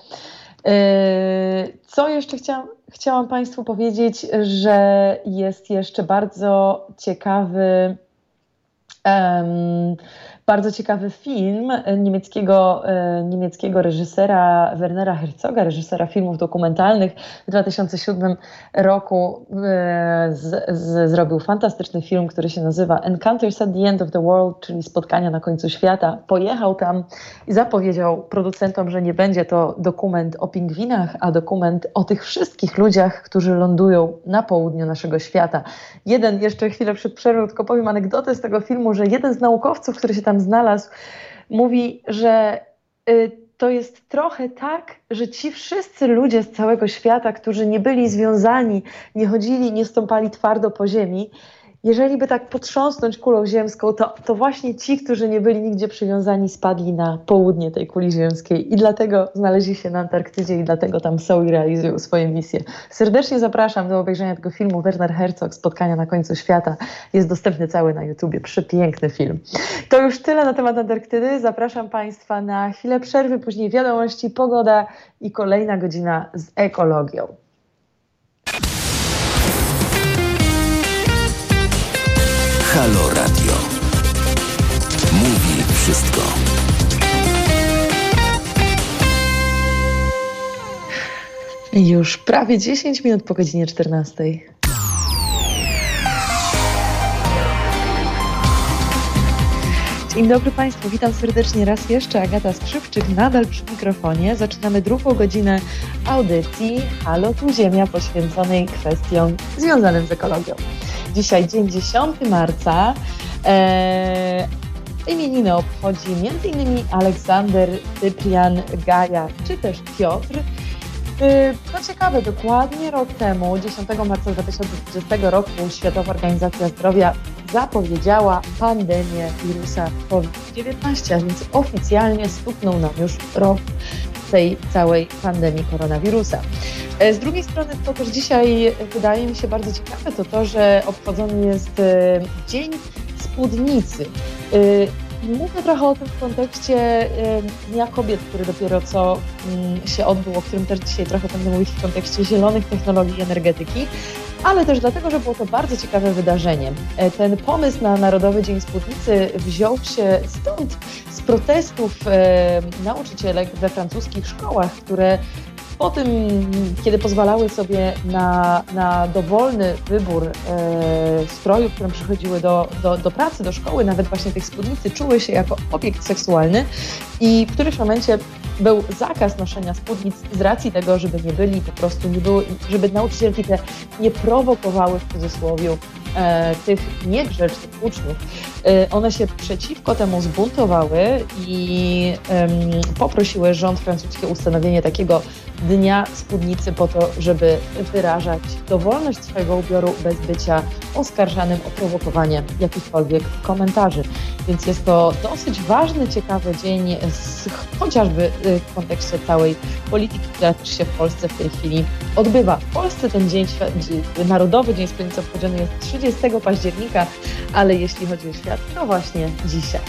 Co jeszcze chciałam, chciałam Państwu powiedzieć, że jest jeszcze bardzo ciekawy, um, bardzo ciekawy film niemieckiego, niemieckiego reżysera Wernera Herzoga, reżysera filmów dokumentalnych. W dwa tysiące siódmym roku z, z, zrobił fantastyczny film, który się nazywa Encounters at the End of the World, czyli Spotkania na końcu świata. Pojechał tam i zapowiedział producentom, że nie będzie to dokument o pingwinach, a dokument o tych wszystkich ludziach, którzy lądują na południu naszego świata. Jeden, jeszcze chwilę przed przerwą, tylko powiem anegdotę z tego filmu, że jeden z naukowców, który się tam znalazł, mówi, że y, to jest trochę tak, że ci wszyscy ludzie z całego świata, którzy nie byli związani, nie chodzili, nie stąpali twardo po ziemi, jeżeli by tak potrząsnąć kulą ziemską, to, to właśnie ci, którzy nie byli nigdzie przywiązani, spadli na południe tej kuli ziemskiej i dlatego znaleźli się na Antarktydzie i dlatego tam są i realizują swoje misje. Serdecznie zapraszam do obejrzenia tego filmu. Werner Herzog, Spotkania na końcu świata. Jest dostępny cały na YouTubie. Przepiękny film. To już tyle na temat Antarktydy. Zapraszam Państwa na chwilę przerwy, później wiadomości, pogoda i kolejna godzina z ekologią. Halo Radio. Mówi wszystko. Już prawie dziesięć minut po godzinie czternastej. Dzień dobry Państwu, witam serdecznie raz jeszcze. Agata Skrzypczyk nadal przy mikrofonie. Zaczynamy drugą godzinę audycji Halo tu Ziemia, poświęconej kwestiom związanym z ekologią. Dzisiaj dzień dziesiątego marca. Eee, imieniny obchodzi między innymi Aleksander, Cyprian, Gaja czy też Piotr. Co ciekawe, dokładnie rok temu, dziesiątego marca dwa tysiące dwudziestego roku, Światowa Organizacja Zdrowia zapowiedziała pandemię wirusa COVID dziewiętnaście, a więc oficjalnie stuknął nam już rok tej całej pandemii koronawirusa. Z drugiej strony, to też dzisiaj wydaje mi się bardzo ciekawe, to to, że obchodzony jest Dzień Spódnicy. Mówię trochę o tym w kontekście Dnia Kobiet, który dopiero co się odbył, o którym też dzisiaj trochę będę mówić w kontekście zielonych technologii i energetyki, ale też dlatego, że było to bardzo ciekawe wydarzenie. Ten pomysł na Narodowy Dzień Spódnicy wziął się stąd, z protestów nauczycielek we francuskich szkołach, które po tym, kiedy pozwalały sobie na, na dowolny wybór e, stroju, w którym przychodziły do, do, do pracy, do szkoły, nawet właśnie tej spódnicy, czuły się jako obiekt seksualny i w którymś momencie był zakaz noszenia spódnic z racji tego, żeby nie byli po prostu, nie były, żeby nauczycielki te nie prowokowały w cudzysłowie e, tych niegrzecznych uczniów. E, one się przeciwko temu zbuntowały i e, poprosiły rząd francuski o ustanowienie takiego Dnia Spódnicy po to, żeby wyrażać dowolność swojego ubioru bez bycia oskarżanym o prowokowanie jakichkolwiek komentarzy. Więc jest to dosyć ważny, ciekawy dzień, z, chociażby w kontekście całej polityki, która też się w Polsce w tej chwili odbywa. W Polsce ten dzień, Narodowy Dzień Spódnicy obchodzony jest trzydziestego października, ale jeśli chodzi o świat, to właśnie dzisiaj.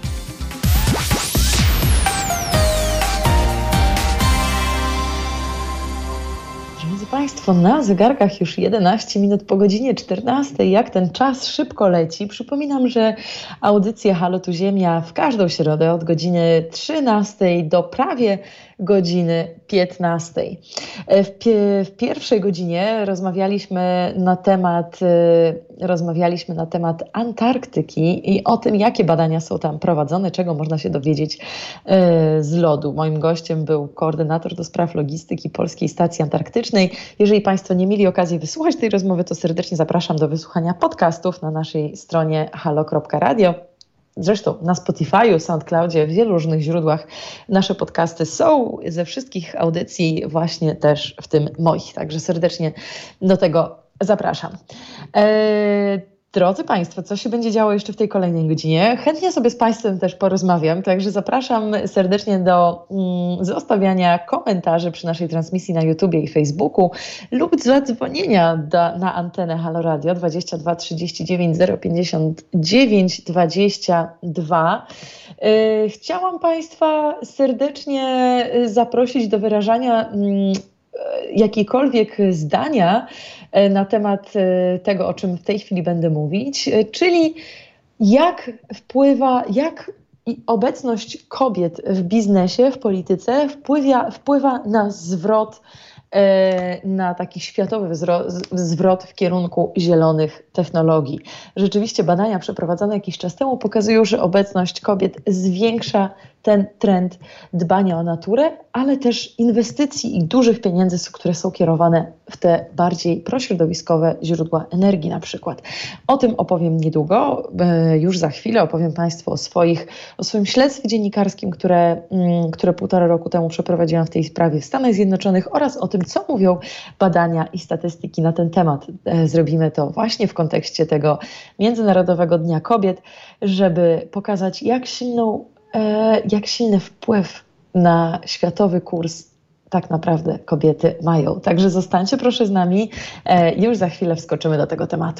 Państwo, na zegarkach już jedenaście minut po godzinie czternastej. Jak ten czas szybko leci. Przypominam, że audycja Halo tu Ziemia w każdą środę od godziny trzynastej do prawie godziny piętnastej. W, pie- w pierwszej godzinie rozmawialiśmy na temat y, rozmawialiśmy na temat Antarktyki i o tym, jakie badania są tam prowadzone, czego można się dowiedzieć y, z lodu. Moim gościem był koordynator do spraw logistyki Polskiej Stacji Antarktycznej. Jeżeli Państwo nie mieli okazji wysłuchać tej rozmowy, to serdecznie zapraszam do wysłuchania podcastów na naszej stronie halo kropka radio. Zresztą na Spotify'u, SoundCloudzie, w wielu różnych źródłach nasze podcasty są, ze wszystkich audycji właśnie też w tym moich. Także serdecznie do tego zapraszam. Eee, Drodzy Państwo, co się będzie działo jeszcze w tej kolejnej godzinie? Chętnie sobie z Państwem też porozmawiam, także zapraszam serdecznie do mm, zostawiania komentarzy przy naszej transmisji na YouTubie i Facebooku lub zadzwonienia do, na antenę Halo Radio dwadzieścia dwa trzydzieści dziewięć zero pięćdziesiąt dziewięć dwadzieścia dwa. Yy, chciałam Państwa serdecznie zaprosić do wyrażania mm, jakiekolwiek zdania na temat tego, o czym w tej chwili będę mówić, czyli jak wpływa, jak obecność kobiet w biznesie, w polityce wpływa, wpływa na zwrot, na taki światowy zwrot w kierunku zielonych technologii. Rzeczywiście badania przeprowadzone jakiś czas temu pokazują, że obecność kobiet zwiększa ten trend dbania o naturę, ale też inwestycji i dużych pieniędzy, które są kierowane w te bardziej prośrodowiskowe źródła energii na przykład. O tym opowiem niedługo, już za chwilę opowiem Państwu o, swoich, o swoim śledztwie dziennikarskim, które, które półtora roku temu przeprowadziłam w tej sprawie w Stanach Zjednoczonych oraz o tym, co mówią badania i statystyki na ten temat. Zrobimy to właśnie w kontekście tego Międzynarodowego Dnia Kobiet, żeby pokazać, jak silną jak silny wpływ na światowy kurs tak naprawdę kobiety mają. Także zostańcie proszę z nami, już za chwilę wskoczymy do tego tematu.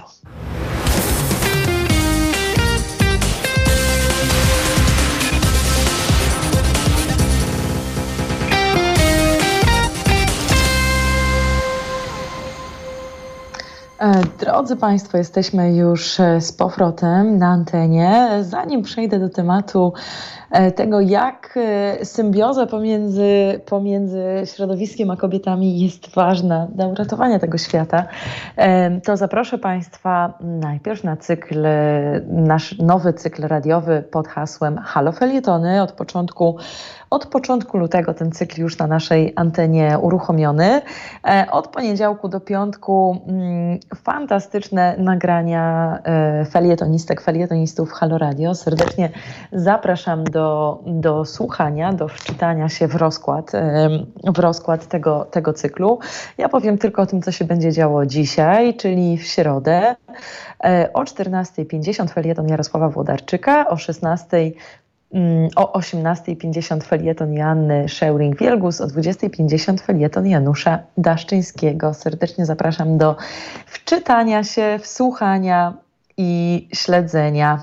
Drodzy Państwo, jesteśmy już z powrotem na antenie. Zanim przejdę do tematu tego, jak symbioza pomiędzy, pomiędzy środowiskiem a kobietami jest ważna dla uratowania tego świata, to zaproszę Państwa najpierw na cykl, nasz nowy cykl radiowy pod hasłem Halo Felietony. Od początku Od początku lutego ten cykl już na naszej antenie uruchomiony. Od poniedziałku do piątku fantastyczne nagrania felietonistek, felietonistów Halo Radio. Serdecznie zapraszam do, do słuchania, do wczytania się w rozkład, w rozkład tego, tego cyklu. Ja powiem tylko o tym, co się będzie działo dzisiaj, czyli w środę o czternasta pięćdziesiąt felieton Jarosława Włodarczyka, o szesnastej O osiemnasta pięćdziesiąt felieton Joanny Szeuring-Wielgus, o dwudziesta pięćdziesiąt felieton Janusza Daszczyńskiego. Serdecznie zapraszam do wczytania się, wsłuchania i śledzenia.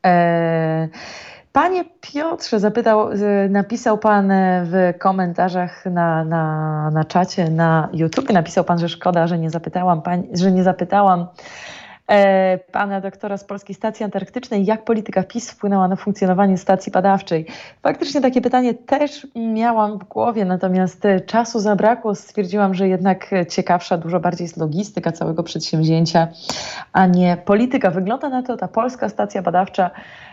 Panie Piotrze, zapytał, napisał Pan w komentarzach na, na, na czacie na YouTube, napisał Pan, że szkoda, że nie zapytałam, pań, że nie zapytałam E, pana doktora z Polskiej Stacji Antarktycznej, jak polityka PiS wpłynęła na funkcjonowanie stacji badawczej. Faktycznie takie pytanie też miałam w głowie, natomiast czasu zabrakło. Stwierdziłam, że jednak ciekawsza dużo bardziej jest logistyka całego przedsięwzięcia, a nie polityka. Wygląda na to, ta Polska Stacja Badawcza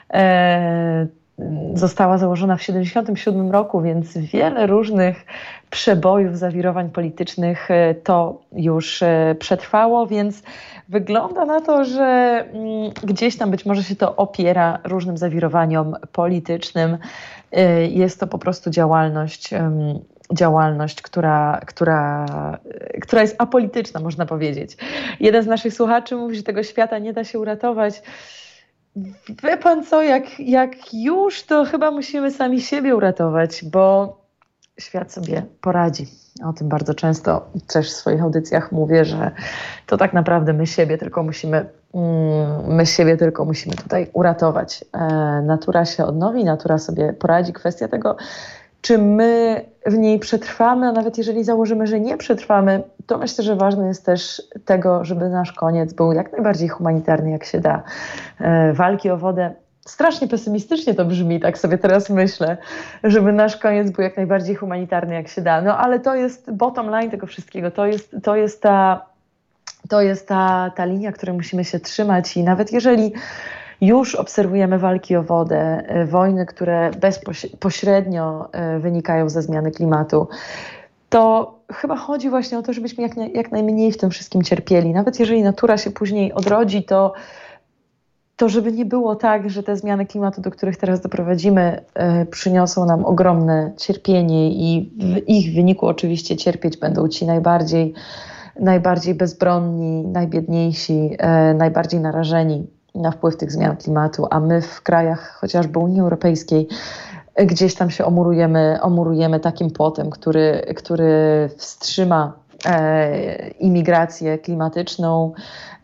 e, została założona w siedemdziesiątym siódmym roku, więc wiele różnych przebojów, zawirowań politycznych to już przetrwało, więc wygląda na to, że gdzieś tam być może się to opiera różnym zawirowaniom politycznym. Jest to po prostu działalność, działalność, która, która, która jest apolityczna, można powiedzieć. Jeden z naszych słuchaczy mówi, że tego świata nie da się uratować. Wie pan co, jak, jak już, to chyba musimy sami siebie uratować, bo świat sobie poradzi. O tym bardzo często też w swoich audycjach mówię, że to tak naprawdę my siebie tylko musimy, my siebie tylko musimy tutaj uratować. Natura się odnowi, natura sobie poradzi. Kwestia tego, czy my w niej przetrwamy, a nawet jeżeli założymy, że nie przetrwamy, to myślę, że ważne jest też tego, żeby nasz koniec był jak najbardziej humanitarny, jak się da. Walki o wodę. Strasznie pesymistycznie to brzmi, tak sobie teraz myślę, żeby nasz koniec był jak najbardziej humanitarny, jak się da. No ale to jest bottom line tego wszystkiego, to jest, to jest, ta, to jest ta, ta linia, której musimy się trzymać i nawet jeżeli już obserwujemy walki o wodę, wojny, które bezpośrednio wynikają ze zmiany klimatu, to chyba chodzi właśnie o to, żebyśmy jak, jak najmniej w tym wszystkim cierpieli. Nawet jeżeli natura się później odrodzi, to to żeby nie było tak, że te zmiany klimatu, do których teraz doprowadzimy, y, przyniosą nam ogromne cierpienie i w ich wyniku oczywiście cierpieć będą ci najbardziej, najbardziej bezbronni, najbiedniejsi, y, najbardziej narażeni na wpływ tych zmian klimatu, a my w krajach chociażby Unii Europejskiej y, gdzieś tam się omurujemy, omurujemy takim płotem, który, który wstrzyma y, imigrację klimatyczną,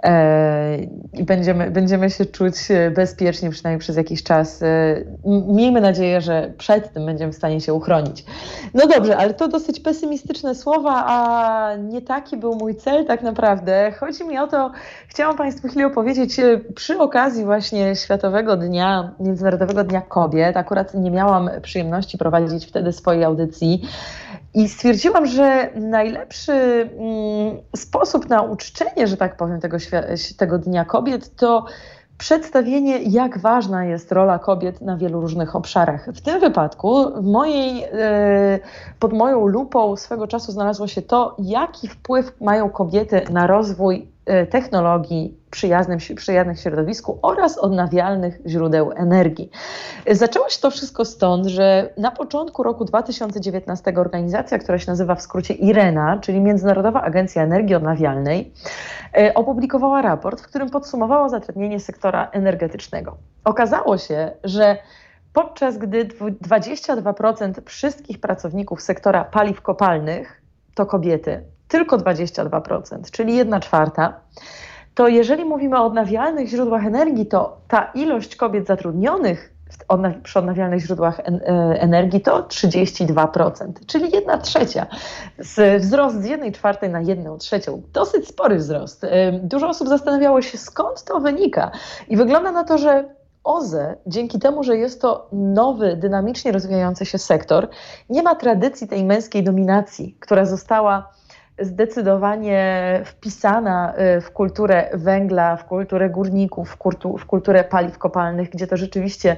i będziemy, będziemy się czuć bezpiecznie, przynajmniej przez jakiś czas. Miejmy nadzieję, że przed tym będziemy w stanie się uchronić. No dobrze, ale to dosyć pesymistyczne słowa, a nie taki był mój cel tak naprawdę. Chodzi mi o to, chciałam Państwu chwilę opowiedzieć przy okazji właśnie Światowego Dnia, Międzynarodowego Dnia Kobiet. Akurat nie miałam przyjemności prowadzić wtedy swojej audycji. I stwierdziłam, że najlepszy mm, sposób na uczczenie, że tak powiem, tego, tego Dnia Kobiet to przedstawienie, jak ważna jest rola kobiet na wielu różnych obszarach. W tym wypadku w mojej, e, pod moją lupą swego czasu znalazło się to, jaki wpływ mają kobiety na rozwój e, technologii przyjaznym, przyjaznych środowisku oraz odnawialnych źródeł energii. Zaczęło się to wszystko stąd, że na początku roku dwa tysiące dziewiętnastego organizacja, która się nazywa w skrócie IRENA, czyli Międzynarodowa Agencja Energii Odnawialnej, opublikowała raport, w którym podsumowała zatrudnienie sektora energetycznego. Okazało się, że podczas gdy dwadzieścia dwa procent wszystkich pracowników sektora paliw kopalnych to kobiety, tylko dwadzieścia dwa procent, czyli jedna czwarta, to jeżeli mówimy o odnawialnych źródłach energii, to ta ilość kobiet zatrudnionych przy odnawialnych źródłach energii to trzydzieści dwa procent, czyli jedna trzecia. Wzrost z jednej czwartej na jedną trzecią. Dosyć spory wzrost. Dużo osób zastanawiało się, skąd to wynika. I wygląda na to, że O Z E, dzięki temu, że jest to nowy, dynamicznie rozwijający się sektor, nie ma tradycji tej męskiej dominacji, która została zdecydowanie wpisana w kulturę węgla, w kulturę górników, w, kultu, w kulturę paliw kopalnych, gdzie to rzeczywiście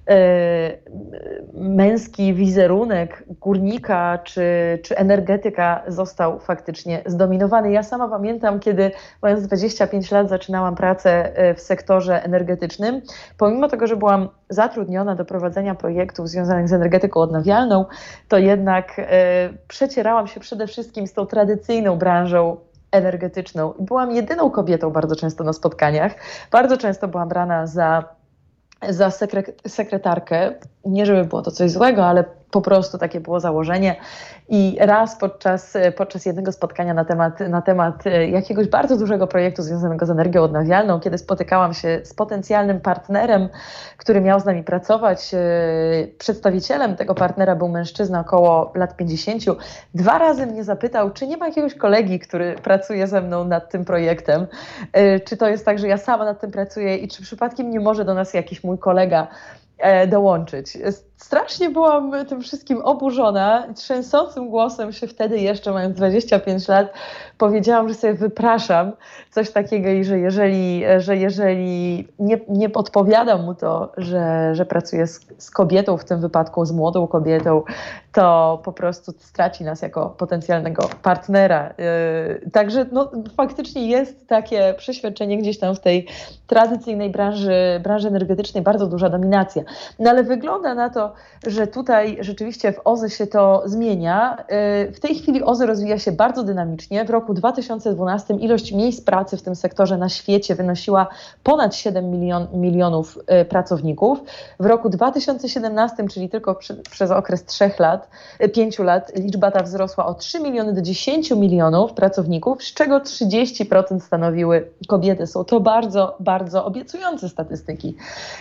męski wizerunek górnika czy, czy energetyka został faktycznie zdominowany. Ja sama pamiętam, kiedy mając dwadzieścia pięć lat zaczynałam pracę w sektorze energetycznym, pomimo tego, że byłam zatrudniona do prowadzenia projektów związanych z energetyką odnawialną, to jednak przecierałam się przede wszystkim z tą tradycyjną branżą energetyczną. Byłam jedyną kobietą bardzo często na spotkaniach. Bardzo często byłam brana za, za sekre, sekretarkę. Nie żeby było to coś złego, ale po prostu takie było założenie. I raz podczas, podczas jednego spotkania na temat, na temat jakiegoś bardzo dużego projektu związanego z energią odnawialną, kiedy spotykałam się z potencjalnym partnerem, który miał z nami pracować, przedstawicielem tego partnera był mężczyzna około lat pięćdziesięciu, dwa razy mnie zapytał, czy nie ma jakiegoś kolegi, który pracuje ze mną nad tym projektem, czy to jest tak, że ja sama nad tym pracuję i czy przypadkiem nie może do nas jakiś mój kolega dołączyć. Strasznie byłam tym wszystkim oburzona. Trzęsącym głosem się wtedy jeszcze, mając dwadzieścia pięć lat, powiedziałam, że sobie wypraszam coś takiego i że jeżeli, że jeżeli nie, nie podpowiadam mu to, że, że pracuję z, z kobietą, w tym wypadku z młodą kobietą, to po prostu straci nas jako potencjalnego partnera. Yy, także no, faktycznie jest takie przeświadczenie gdzieś tam w tej tradycyjnej branży, branży energetycznej bardzo duża dominacja. No ale wygląda na to, że tutaj rzeczywiście w O Z E się to zmienia. W tej chwili O Z E rozwija się bardzo dynamicznie. W roku dwa tysiące dwunastym ilość miejsc pracy w tym sektorze na świecie wynosiła ponad siedem milion, milionów pracowników. W roku dwa tysiące siedemnastym, czyli tylko przy, przez okres trzech lat, pięciu lat, liczba ta wzrosła o trzy miliony do dziesięciu milionów pracowników, z czego trzydzieści procent stanowiły kobiety. Są to bardzo, bardzo obiecujące statystyki.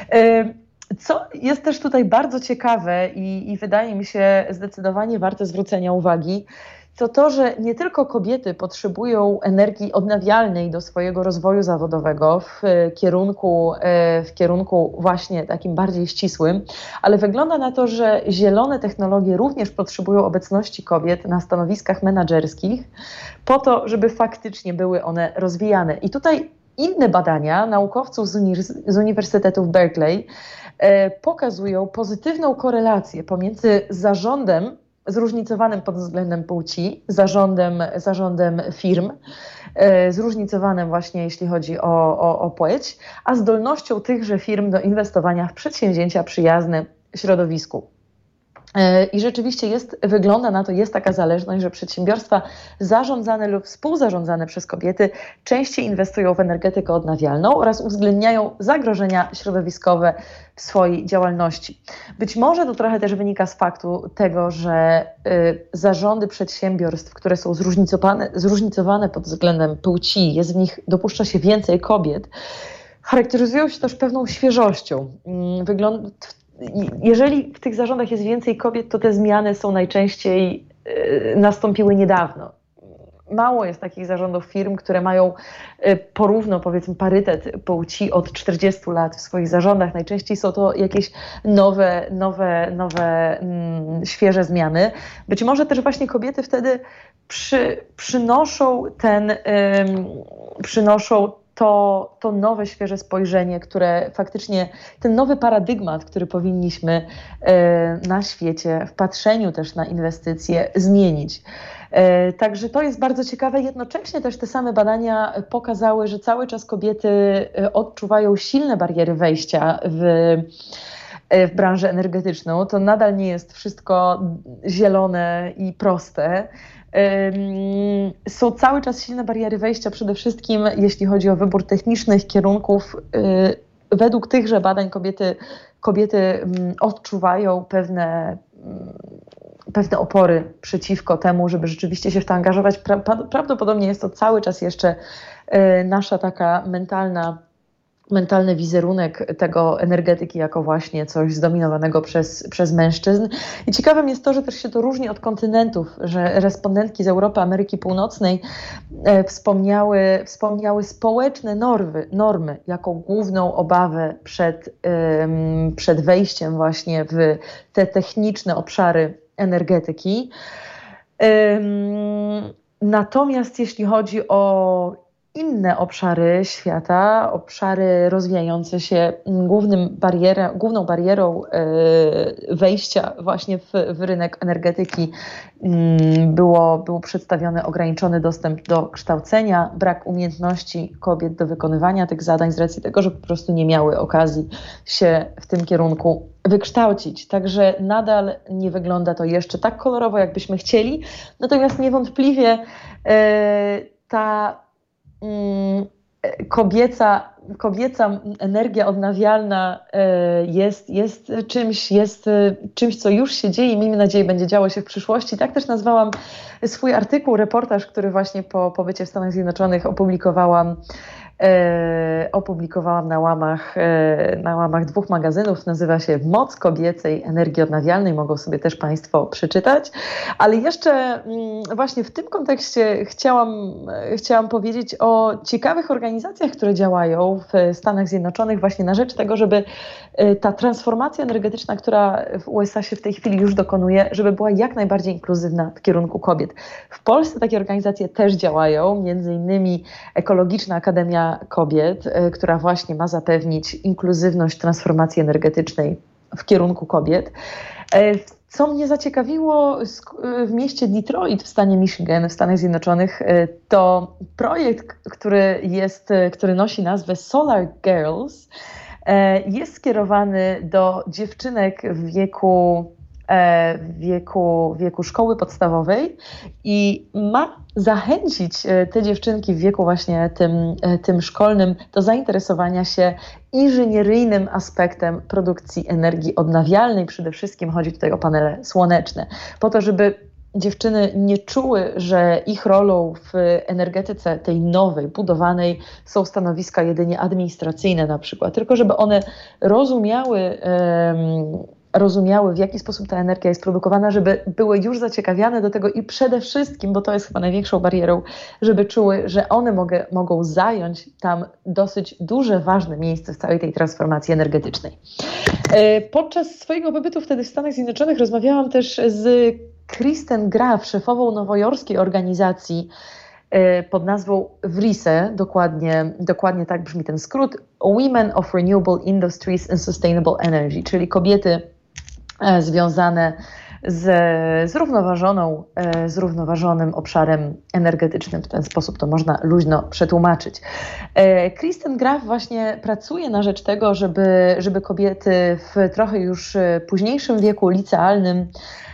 Co jest też tutaj bardzo ciekawe i, i wydaje mi się zdecydowanie warte zwrócenia uwagi, to to, że nie tylko kobiety potrzebują energii odnawialnej do swojego rozwoju zawodowego w kierunku, w kierunku właśnie takim bardziej ścisłym, ale wygląda na to, że zielone technologie również potrzebują obecności kobiet na stanowiskach menedżerskich po to, żeby faktycznie były one rozwijane. I tutaj inne badania naukowców z, uniwers- z Uniwersytetu w Berkeley e, pokazują pozytywną korelację pomiędzy zarządem zróżnicowanym pod względem płci, zarządem, zarządem firm, e, zróżnicowanym właśnie jeśli chodzi o, o, o płeć, a zdolnością tychże firm do inwestowania w przedsięwzięcia przyjazne środowisku. I rzeczywiście jest, wygląda na to, jest taka zależność, że przedsiębiorstwa zarządzane lub współzarządzane przez kobiety częściej inwestują w energetykę odnawialną oraz uwzględniają zagrożenia środowiskowe w swojej działalności. Być może to trochę też wynika z faktu tego, że y, zarządy przedsiębiorstw, które są zróżnicowane, zróżnicowane pod względem płci, jest w nich, dopuszcza się więcej kobiet, charakteryzują się też pewną świeżością. Wygląda Jeżeli w tych zarządach jest więcej kobiet, to te zmiany są najczęściej y, nastąpiły niedawno. Mało jest takich zarządów firm, które mają y, porówno, powiedzmy, parytet płci od czterdziestu lat w swoich zarządach. Najczęściej są to jakieś nowe, nowe, nowe mm, świeże zmiany. Być może też właśnie kobiety wtedy przy, przynoszą ten, y, przynoszą To, to nowe, świeże spojrzenie, które faktycznie, ten nowy paradygmat, który powinniśmy y, na świecie, w patrzeniu też na inwestycje zmienić. Y, także to jest bardzo ciekawe. Jednocześnie też te same badania pokazały, że cały czas kobiety odczuwają silne bariery wejścia w w branżę energetyczną. To nadal nie jest wszystko zielone i proste. Są cały czas silne bariery wejścia, przede wszystkim jeśli chodzi o wybór technicznych kierunków. Według tychże badań kobiety, kobiety odczuwają pewne, pewne opory przeciwko temu, żeby rzeczywiście się w to angażować. Prawdopodobnie jest to cały czas jeszcze nasza taka mentalna mentalny wizerunek tego energetyki jako właśnie coś zdominowanego przez, przez mężczyzn. I ciekawym jest to, że też się to różni od kontynentów, że respondentki z Europy, Ameryki Północnej e, wspomniały, wspomniały społeczne normy, normy jako główną obawę przed, e, przed wejściem właśnie w te techniczne obszary energetyki. E, natomiast jeśli chodzi o inne obszary świata, obszary rozwijające się. Głównym bariera, główną barierą wejścia właśnie w, w rynek energetyki było, był przedstawiony ograniczony dostęp do kształcenia, brak umiejętności kobiet do wykonywania tych zadań z racji tego, że po prostu nie miały okazji się w tym kierunku wykształcić. Także nadal nie wygląda to jeszcze tak kolorowo, jakbyśmy chcieli. Natomiast niewątpliwie ta kobieca, kobieca energia odnawialna jest, jest czymś, jest czymś, co już się dzieje i miejmy nadzieję będzie działo się w przyszłości. Tak też nazwałam swój artykuł, reportaż, który właśnie po pobycie w Stanach Zjednoczonych opublikowałam E, opublikowałam na łamach, e, na łamach dwóch magazynów. Nazywa się Moc kobiecej energii odnawialnej. Mogą sobie też Państwo przeczytać. Ale jeszcze mm, właśnie w tym kontekście chciałam, chciałam powiedzieć o ciekawych organizacjach, które działają w Stanach Zjednoczonych właśnie na rzecz tego, żeby e, ta transformacja energetyczna, która w U S A się w tej chwili już dokonuje, żeby była jak najbardziej inkluzywna w kierunku kobiet. W Polsce takie organizacje też działają, między innymi Ekologiczna Akademia Kobiet, która właśnie ma zapewnić inkluzywność transformacji energetycznej w kierunku kobiet. Co mnie zaciekawiło w mieście Detroit w stanie Michigan w Stanach Zjednoczonych, to projekt, który, jest, który nosi nazwę Solar Girls, jest skierowany do dziewczynek w wieku w wieku, wieku szkoły podstawowej i ma zachęcić te dziewczynki w wieku właśnie tym, tym szkolnym do zainteresowania się inżynieryjnym aspektem produkcji energii odnawialnej. Przede wszystkim chodzi tutaj o panele słoneczne, po to, żeby dziewczyny nie czuły, że ich rolą w energetyce tej nowej, budowanej są stanowiska jedynie administracyjne na przykład, tylko żeby one rozumiały um, rozumiały, w jaki sposób ta energia jest produkowana, żeby były już zaciekawione do tego i przede wszystkim, bo to jest chyba największą barierą, żeby czuły, że one mogę, mogą zająć tam dosyć duże, ważne miejsce w całej tej transformacji energetycznej. Podczas swojego pobytu wtedy w Stanach Zjednoczonych rozmawiałam też z Kristen Graf, szefową nowojorskiej organizacji pod nazwą W R I S E, dokładnie, dokładnie tak brzmi ten skrót, Women of Renewable Industries and Sustainable Energy, czyli kobiety związane z zrównoważoną, zrównoważonym obszarem energetycznym. W ten sposób to można luźno przetłumaczyć. Kristen Graf właśnie pracuje na rzecz tego, żeby, żeby kobiety w trochę już późniejszym wieku licealnym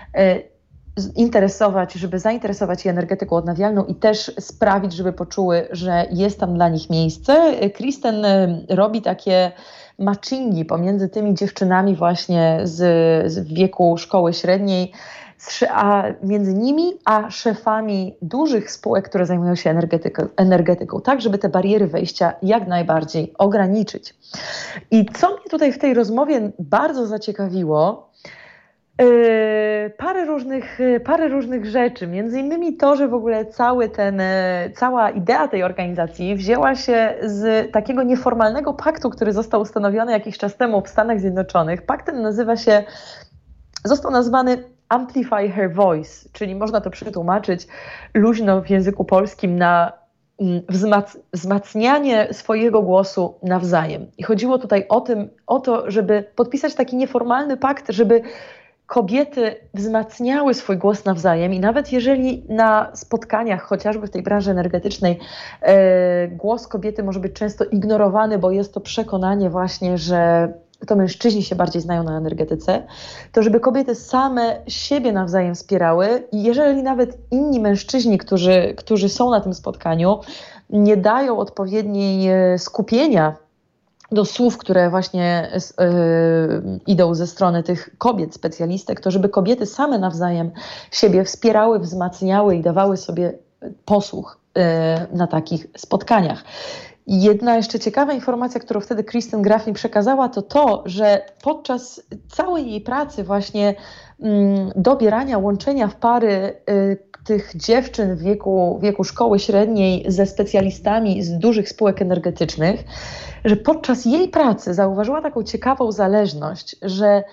interesować, żeby zainteresować je energetyką odnawialną i też sprawić, żeby poczuły, że jest tam dla nich miejsce. Kristen robi takie matchingi pomiędzy tymi dziewczynami właśnie z, z wieku szkoły średniej, a między nimi a szefami dużych spółek, które zajmują się energetyką, energetyką, tak żeby te bariery wejścia jak najbardziej ograniczyć. I co mnie tutaj w tej rozmowie bardzo zaciekawiło, Yy, parę różnych, parę różnych rzeczy, między innymi to, że w ogóle cały ten, cała idea tej organizacji wzięła się z takiego nieformalnego paktu, który został ustanowiony jakiś czas temu w Stanach Zjednoczonych. Pakt ten nazywa się, został nazwany Amplify Her Voice, czyli można to przetłumaczyć luźno w języku polskim na wzmac- wzmacnianie swojego głosu nawzajem. I chodziło tutaj o tym, o to, żeby podpisać taki nieformalny pakt, żeby kobiety wzmacniały swój głos nawzajem i nawet jeżeli na spotkaniach, chociażby w tej branży energetycznej, e, głos kobiety może być często ignorowany, bo jest to przekonanie właśnie, że to mężczyźni się bardziej znają na energetyce, to żeby kobiety same siebie nawzajem wspierały i jeżeli nawet inni mężczyźni, którzy, którzy są na tym spotkaniu, nie dają odpowiedniej skupienia do słów, które właśnie yy, idą ze strony tych kobiet, specjalistek, to żeby kobiety same nawzajem siebie wspierały, wzmacniały i dawały sobie posłuch yy, na takich spotkaniach. I jedna jeszcze ciekawa informacja, którą wtedy Kristen Graf mi przekazała, to to, że podczas całej jej pracy właśnie mm, dobierania, łączenia w pary y, tych dziewczyn w wieku, wieku szkoły średniej ze specjalistami z dużych spółek energetycznych, że podczas jej pracy zauważyła taką ciekawą zależność, że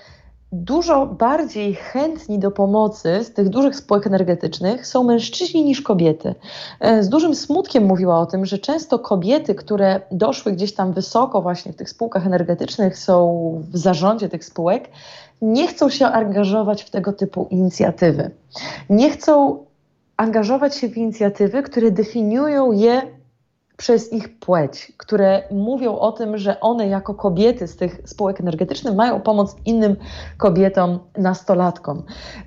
dużo bardziej chętni do pomocy z tych dużych spółek energetycznych są mężczyźni niż kobiety. Z dużym smutkiem mówiła o tym, że często kobiety, które doszły gdzieś tam wysoko właśnie w tych spółkach energetycznych, są w zarządzie tych spółek, nie chcą się angażować w tego typu inicjatywy. Nie chcą angażować się w inicjatywy, które definiują je przez ich płeć, które mówią o tym, że one jako kobiety z tych spółek energetycznych mają pomóc innym kobietom, nastolatkom.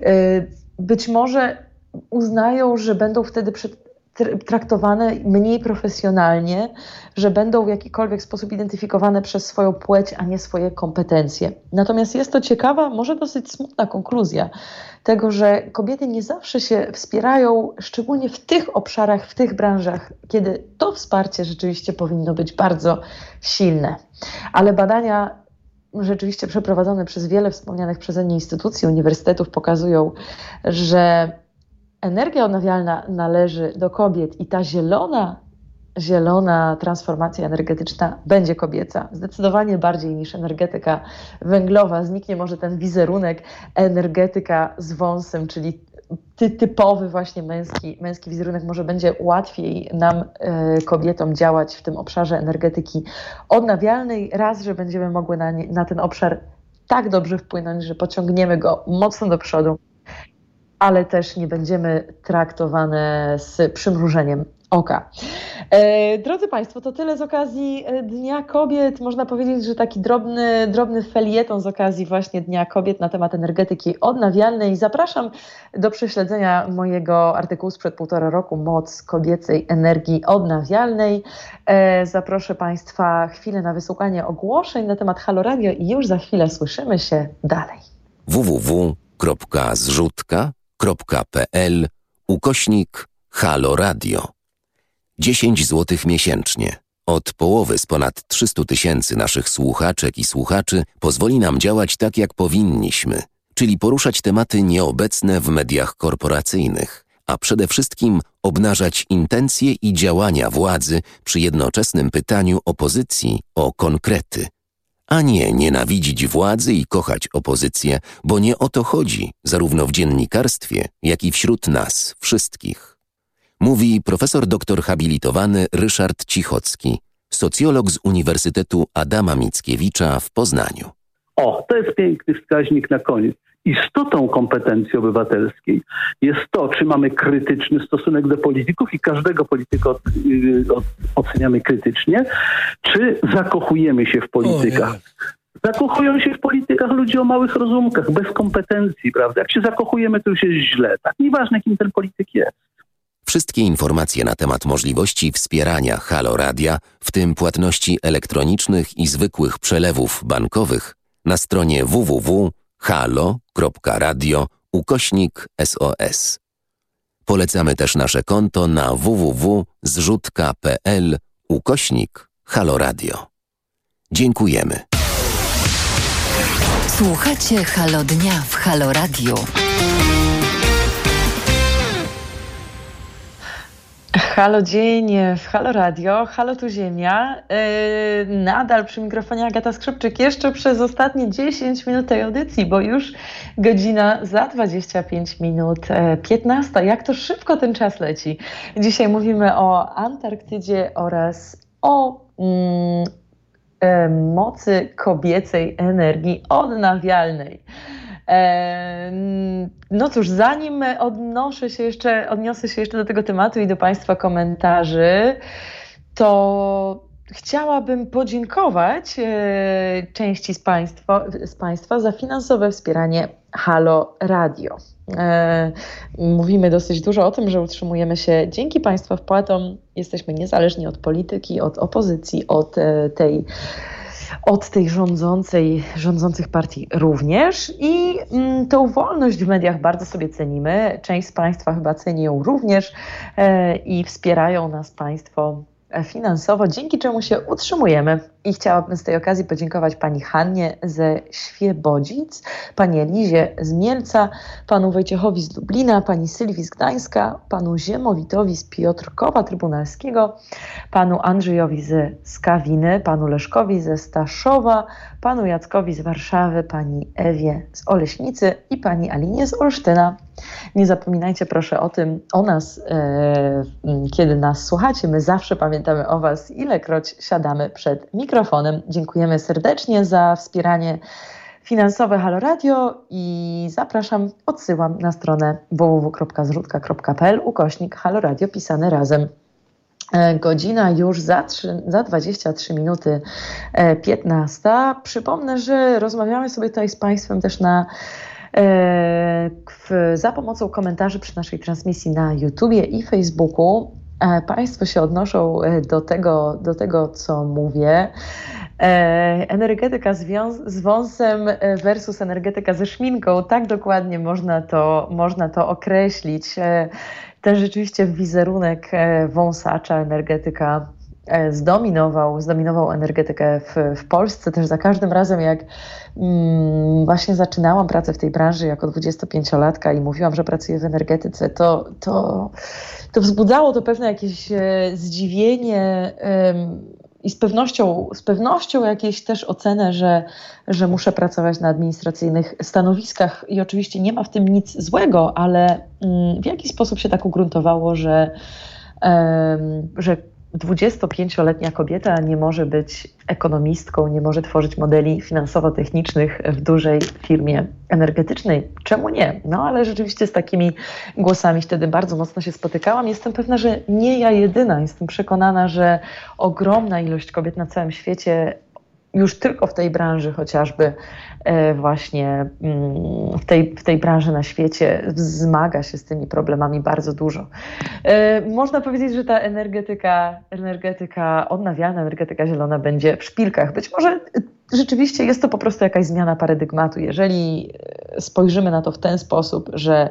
Być może uznają, że będą wtedy traktowane mniej profesjonalnie, że będą w jakikolwiek sposób identyfikowane przez swoją płeć, a nie swoje kompetencje. Natomiast jest to ciekawa, może dosyć smutna konkluzja tego, że kobiety nie zawsze się wspierają, szczególnie w tych obszarach, w tych branżach, kiedy to wsparcie rzeczywiście powinno być bardzo silne. Ale badania rzeczywiście przeprowadzone przez wiele wspomnianych przeze mnie instytucji, uniwersytetów pokazują, że energia odnawialna należy do kobiet i ta zielona, zielona transformacja energetyczna będzie kobieca. Zdecydowanie bardziej niż energetyka węglowa. Zniknie może ten wizerunek energetyka z wąsem, czyli ty, typowy właśnie męski, męski wizerunek. Może będzie łatwiej nam, y, kobietom, działać w tym obszarze energetyki odnawialnej. Raz, że będziemy mogły na, nie, na ten obszar tak dobrze wpłynąć, że pociągniemy go mocno do przodu, ale też nie będziemy traktowane z przymrużeniem oka. E, drodzy Państwo, to tyle z okazji Dnia Kobiet. Można powiedzieć, że taki drobny, drobny felieton z okazji właśnie Dnia Kobiet na temat energetyki odnawialnej. Zapraszam do prześledzenia mojego artykułu sprzed półtora roku Moc kobiecej energii odnawialnej. E, zaproszę Państwa chwilę na wysłuchanie ogłoszeń na temat Halo Radio i już za chwilę słyszymy się dalej. www kropka zrzutka kropka pl ukośnik Halo Radio. dziesięć złotych miesięcznie. Od połowy z ponad trzystu tysięcy naszych słuchaczek i słuchaczy pozwoli nam działać tak, jak powinniśmy, czyli poruszać tematy nieobecne w mediach korporacyjnych, a przede wszystkim obnażać intencje i działania władzy przy jednoczesnym pytaniu opozycji o konkrety. A nie nienawidzić władzy i kochać opozycję, bo nie o to chodzi, zarówno w dziennikarstwie, jak i wśród nas wszystkich. Mówi profesor doktor habilitowany Ryszard Cichocki, socjolog z Uniwersytetu Adama Mickiewicza w Poznaniu. O, to jest piękny wskaźnik na koniec. Istotą kompetencji obywatelskiej jest to, czy mamy krytyczny stosunek do polityków i każdego polityka od, od, oceniamy krytycznie, czy zakochujemy się w politykach. Zakochują się w politykach ludzie o małych rozumkach, bez kompetencji, prawda? Jak się zakochujemy, to już jest źle. Tak, nieważne, kim ten polityk jest. Wszystkie informacje na temat możliwości wspierania Halo Radia, w tym płatności elektronicznych i zwykłych przelewów bankowych, na stronie www kropka halo kropka radio ukośnik S O S. Polecamy też nasze konto na www kropka zrzutka kropka pl ukośnik Halo Radio. Dziękujemy. Słuchacie Halo Dnia w Halo Radio. Halo Dzień w Halo Radio, Halo tu Ziemia. Yy, nadal przy mikrofonie Agata Skrzypczyk jeszcze przez ostatnie dziesięć minut tej audycji, bo już godzina za dwadzieścia pięć minut, piętnasta. Jak to szybko ten czas leci. Dzisiaj mówimy o Antarktydzie oraz o mm, e, mocy kobiecej energii odnawialnej. No cóż, zanim odnoszę się jeszcze, odniosę się jeszcze do tego tematu i do Państwa komentarzy, to chciałabym podziękować części z Państwa, z Państwa za finansowe wspieranie Halo Radio. Mówimy dosyć dużo o tym, że utrzymujemy się dzięki Państwa wpłatom. Jesteśmy niezależni od polityki, od opozycji, od tej od tej rządzącej, rządzących partii również i mm, tą wolność w mediach bardzo sobie cenimy. Część z Państwa chyba ceni ją również e, i wspierają nas Państwo finansowo, dzięki czemu się utrzymujemy. I chciałabym z tej okazji podziękować pani Hannie ze Świebodzic, pani Elizie z Mielca, panu Wojciechowi z Lublina, pani Sylwii z Gdańska, panu Ziemowitowi z Piotrkowa Trybunalskiego, panu Andrzejowi ze Skawiny, panu Leszkowi ze Staszowa, panu Jackowi z Warszawy, pani Ewie z Oleśnicy i pani Alinie z Olsztyna. Nie zapominajcie proszę o tym, o nas, e, kiedy nas słuchacie. My zawsze pamiętamy o was, ilekroć siadamy przed mikrofonem. Dziękujemy serdecznie za wspieranie finansowe Halo Radio i zapraszam, odsyłam na stronę w w w kropka zrzutka kropka p l ukośnik Halo Radio pisane razem. Godzina już za, trzy, za dwadzieścia trzy minuty piętnasta. Przypomnę, że rozmawiamy sobie tutaj z Państwem też na w, za pomocą komentarzy przy naszej transmisji na YouTubie i Facebooku. Państwo się odnoszą do tego, do tego co mówię. Energetyka z, wiąz- z wąsem versus energetyka ze szminką. Tak dokładnie można to, można to określić. Ten rzeczywiście wizerunek wąsacza energetyka zdominował, zdominował energetykę w, w Polsce. Też za każdym razem, jak mm, właśnie zaczynałam pracę w tej branży jako dwudziestopięciolatka i mówiłam, że pracuję w energetyce, to, to, to wzbudzało to pewne jakieś e, zdziwienie e, i z pewnością, z pewnością jakieś też ocenę, że, że muszę pracować na administracyjnych stanowiskach i oczywiście nie ma w tym nic złego, ale mm, w jaki sposób się tak ugruntowało, że, e, że dwudziestopięcioletnia kobieta nie może być ekonomistką, nie może tworzyć modeli finansowo-technicznych w dużej firmie energetycznej. Czemu nie? No ale rzeczywiście z takimi głosami wtedy bardzo mocno się spotykałam. Jestem pewna, że nie ja jedyna. Jestem przekonana, że ogromna ilość kobiet na całym świecie już tylko w tej branży chociażby właśnie w tej, w tej branży na świecie zmaga się z tymi problemami bardzo dużo. Można powiedzieć, że ta energetyka, energetyka odnawialna, energetyka zielona będzie w szpilkach. Być może rzeczywiście jest to po prostu jakaś zmiana paradygmatu. Jeżeli spojrzymy na to w ten sposób, że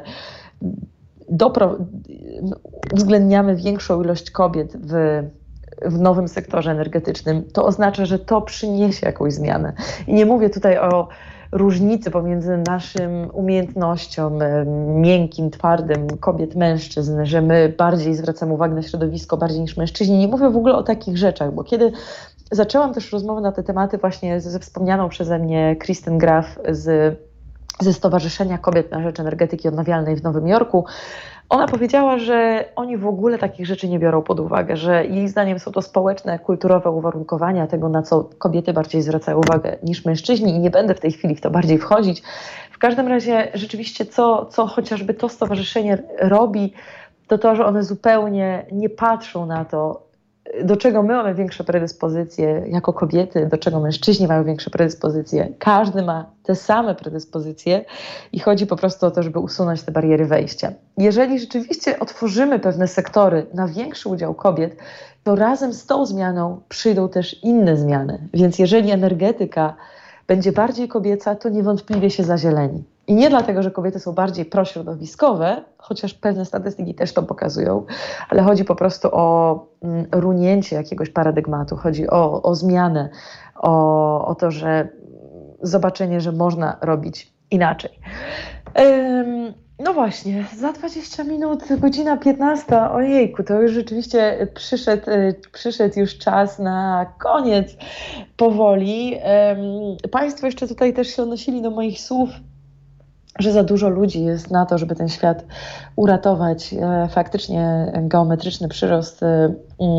dopro- uwzględniamy większą ilość kobiet w w nowym sektorze energetycznym, to oznacza, że to przyniesie jakąś zmianę. I nie mówię tutaj o różnicy pomiędzy naszym umiejętnością miękkim, twardym kobiet, mężczyzn, że my bardziej zwracamy uwagę na środowisko, bardziej niż mężczyźni. Nie mówię w ogóle o takich rzeczach, bo kiedy zaczęłam też rozmowę na te tematy właśnie ze wspomnianą przeze mnie Kristen Graf z, ze Stowarzyszenia Kobiet na Rzecz Energetyki Odnawialnej w Nowym Jorku, ona powiedziała, że oni w ogóle takich rzeczy nie biorą pod uwagę, że jej zdaniem są to społeczne, kulturowe uwarunkowania tego, na co kobiety bardziej zwracają uwagę niż mężczyźni i nie będę w tej chwili w to bardziej wchodzić. W każdym razie rzeczywiście co, co chociażby to stowarzyszenie robi, to to, że one zupełnie nie patrzą na to, do czego my mamy większe predyspozycje jako kobiety, do czego mężczyźni mają większe predyspozycje. Każdy ma te same predyspozycje i chodzi po prostu o to, żeby usunąć te bariery wejścia. Jeżeli rzeczywiście otworzymy pewne sektory na większy udział kobiet, to razem z tą zmianą przyjdą też inne zmiany. Więc jeżeli energetyka będzie bardziej kobieca, to niewątpliwie się zazieleni. I nie dlatego, że kobiety są bardziej prośrodowiskowe, chociaż pewne statystyki też to pokazują, ale chodzi po prostu o mm, runięcie jakiegoś paradygmatu, chodzi o, o zmianę, o, o to, że zobaczenie, że można robić inaczej. Ym, no właśnie, za dwadzieścia minut, godzina piętnasta, ojejku, to już rzeczywiście przyszedł, przyszedł już czas na koniec powoli. Ym, Państwo jeszcze tutaj też się odnosili do moich słów, że za dużo ludzi jest na to, żeby ten świat uratować. E, faktycznie geometryczny przyrost e,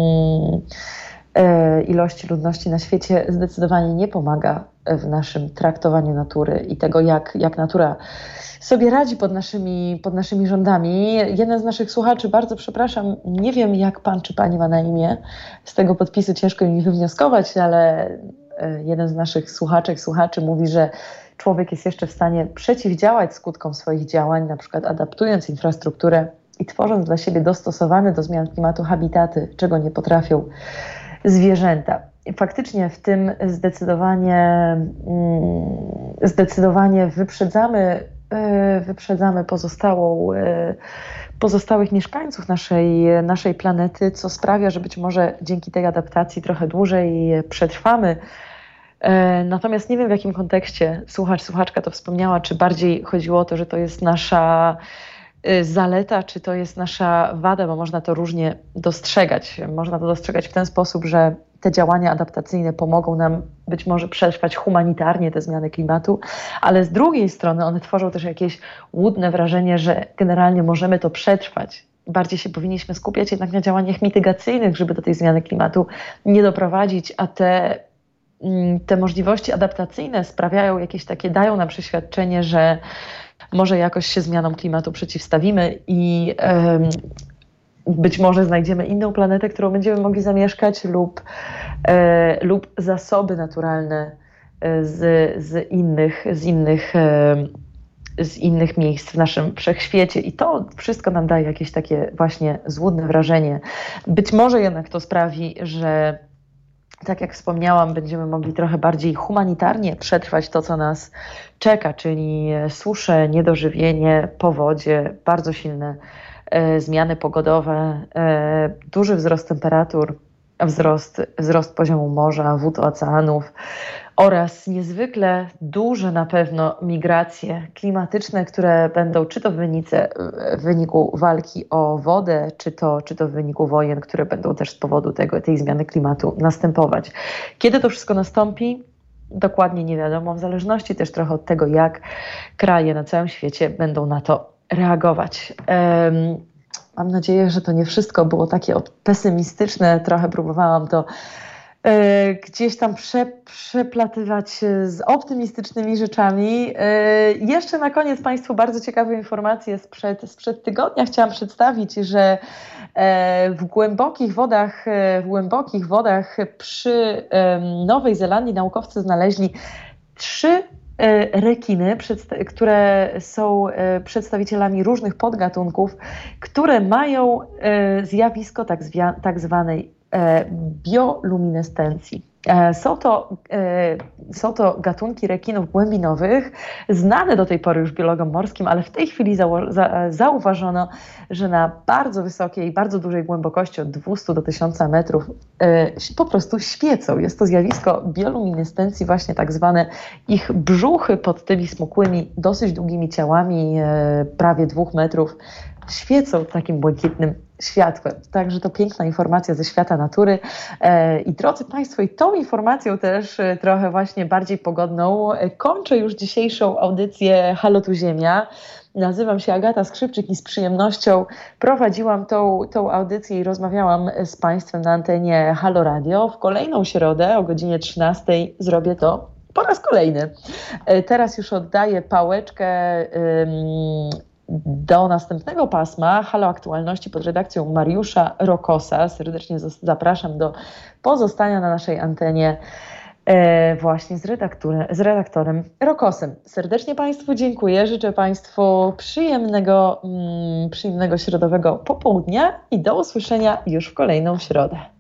e, ilości ludności na świecie zdecydowanie nie pomaga w naszym traktowaniu natury i tego, jak, jak natura sobie radzi pod naszymi, pod naszymi rządami. Jeden z naszych słuchaczy, bardzo przepraszam, nie wiem jak pan czy pani ma na imię, z tego podpisu ciężko mi wywnioskować, ale jeden z naszych słuchaczek, słuchaczy mówi, że człowiek jest jeszcze w stanie przeciwdziałać skutkom swoich działań, na przykład adaptując infrastrukturę i tworząc dla siebie dostosowane do zmian klimatu habitaty, czego nie potrafią zwierzęta. I faktycznie w tym zdecydowanie, zdecydowanie wyprzedzamy, wyprzedzamy pozostałą pozostałych mieszkańców naszej, naszej planety, co sprawia, że być może dzięki tej adaptacji trochę dłużej przetrwamy. Natomiast nie wiem, w jakim kontekście słuchacz, słuchaczka to wspomniała, czy bardziej chodziło o to, że to jest nasza zaleta, czy to jest nasza wada, bo można to różnie dostrzegać. Można to dostrzegać w ten sposób, że te działania adaptacyjne pomogą nam być może przetrwać humanitarnie te zmiany klimatu, ale z drugiej strony one tworzą też jakieś łudne wrażenie, że generalnie możemy to przetrwać. Bardziej się powinniśmy skupiać jednak na działaniach mitygacyjnych, żeby do tej zmiany klimatu nie doprowadzić, a te, te możliwości adaptacyjne sprawiają jakieś takie, dają nam przeświadczenie, że może jakoś się zmianom klimatu przeciwstawimy i um, być może znajdziemy inną planetę, którą będziemy mogli zamieszkać lub, e, lub zasoby naturalne z, z, innych, z, innych, e, z innych miejsc w naszym wszechświecie. I to wszystko nam daje jakieś takie właśnie złudne wrażenie. Być może jednak to sprawi, że tak jak wspomniałam, będziemy mogli trochę bardziej humanitarnie przetrwać to, co nas czeka, czyli susze, niedożywienie, powodzie, bardzo silne e, zmiany pogodowe, e, duży wzrost temperatur, wzrost, wzrost poziomu morza, wód oceanów oraz niezwykle duże na pewno migracje klimatyczne, które będą czy to w, wynice, w wyniku walki o wodę, czy to, czy to w wyniku wojen, które będą też z powodu tego, tej zmiany klimatu następować. Kiedy to wszystko nastąpi? Dokładnie nie wiadomo, w zależności też trochę od tego, jak kraje na całym świecie będą na to reagować. Um, mam nadzieję, że to nie wszystko było takie pesymistyczne, trochę próbowałam to gdzieś tam prze, przeplatywać z optymistycznymi rzeczami. Jeszcze na koniec Państwu bardzo ciekawe informacje sprzed, sprzed tygodnia chciałam przedstawić, że w głębokich wodach, w głębokich wodach przy Nowej Zelandii naukowcy znaleźli trzy rekiny, które są przedstawicielami różnych podgatunków, które mają zjawisko tak, zwa, tak zwanej bioluminescencji. Są to, są to gatunki rekinów głębinowych, znane do tej pory już biologom morskim, ale w tej chwili zauważono, że na bardzo wysokiej, bardzo dużej głębokości od dwieście do tysiąca metrów po prostu świecą. Jest to zjawisko bioluminescencji, właśnie tak zwane ich brzuchy pod tymi smukłymi, dosyć długimi ciałami, prawie dwóch metrów, świecą takim błękitnym światłem. Także to piękna informacja ze świata natury. E, I drodzy Państwo, i tą informacją też e, trochę właśnie bardziej pogodną e, kończę już dzisiejszą audycję Halo tu Ziemia. Nazywam się Agata Skrzypczyk i z przyjemnością prowadziłam tą, tą audycję i rozmawiałam z Państwem na antenie Halo Radio. W kolejną środę o godzinie trzynastej zrobię to po raz kolejny. E, teraz już oddaję pałeczkę ym, do następnego pasma Halo Aktualności pod redakcją Mariusza Rokosa. Serdecznie zapraszam do pozostania na naszej antenie e, właśnie z, z redaktorem Rokosem. Serdecznie Państwu dziękuję. Życzę Państwu przyjemnego, mm, przyjemnego środowego popołudnia i do usłyszenia już w kolejną środę.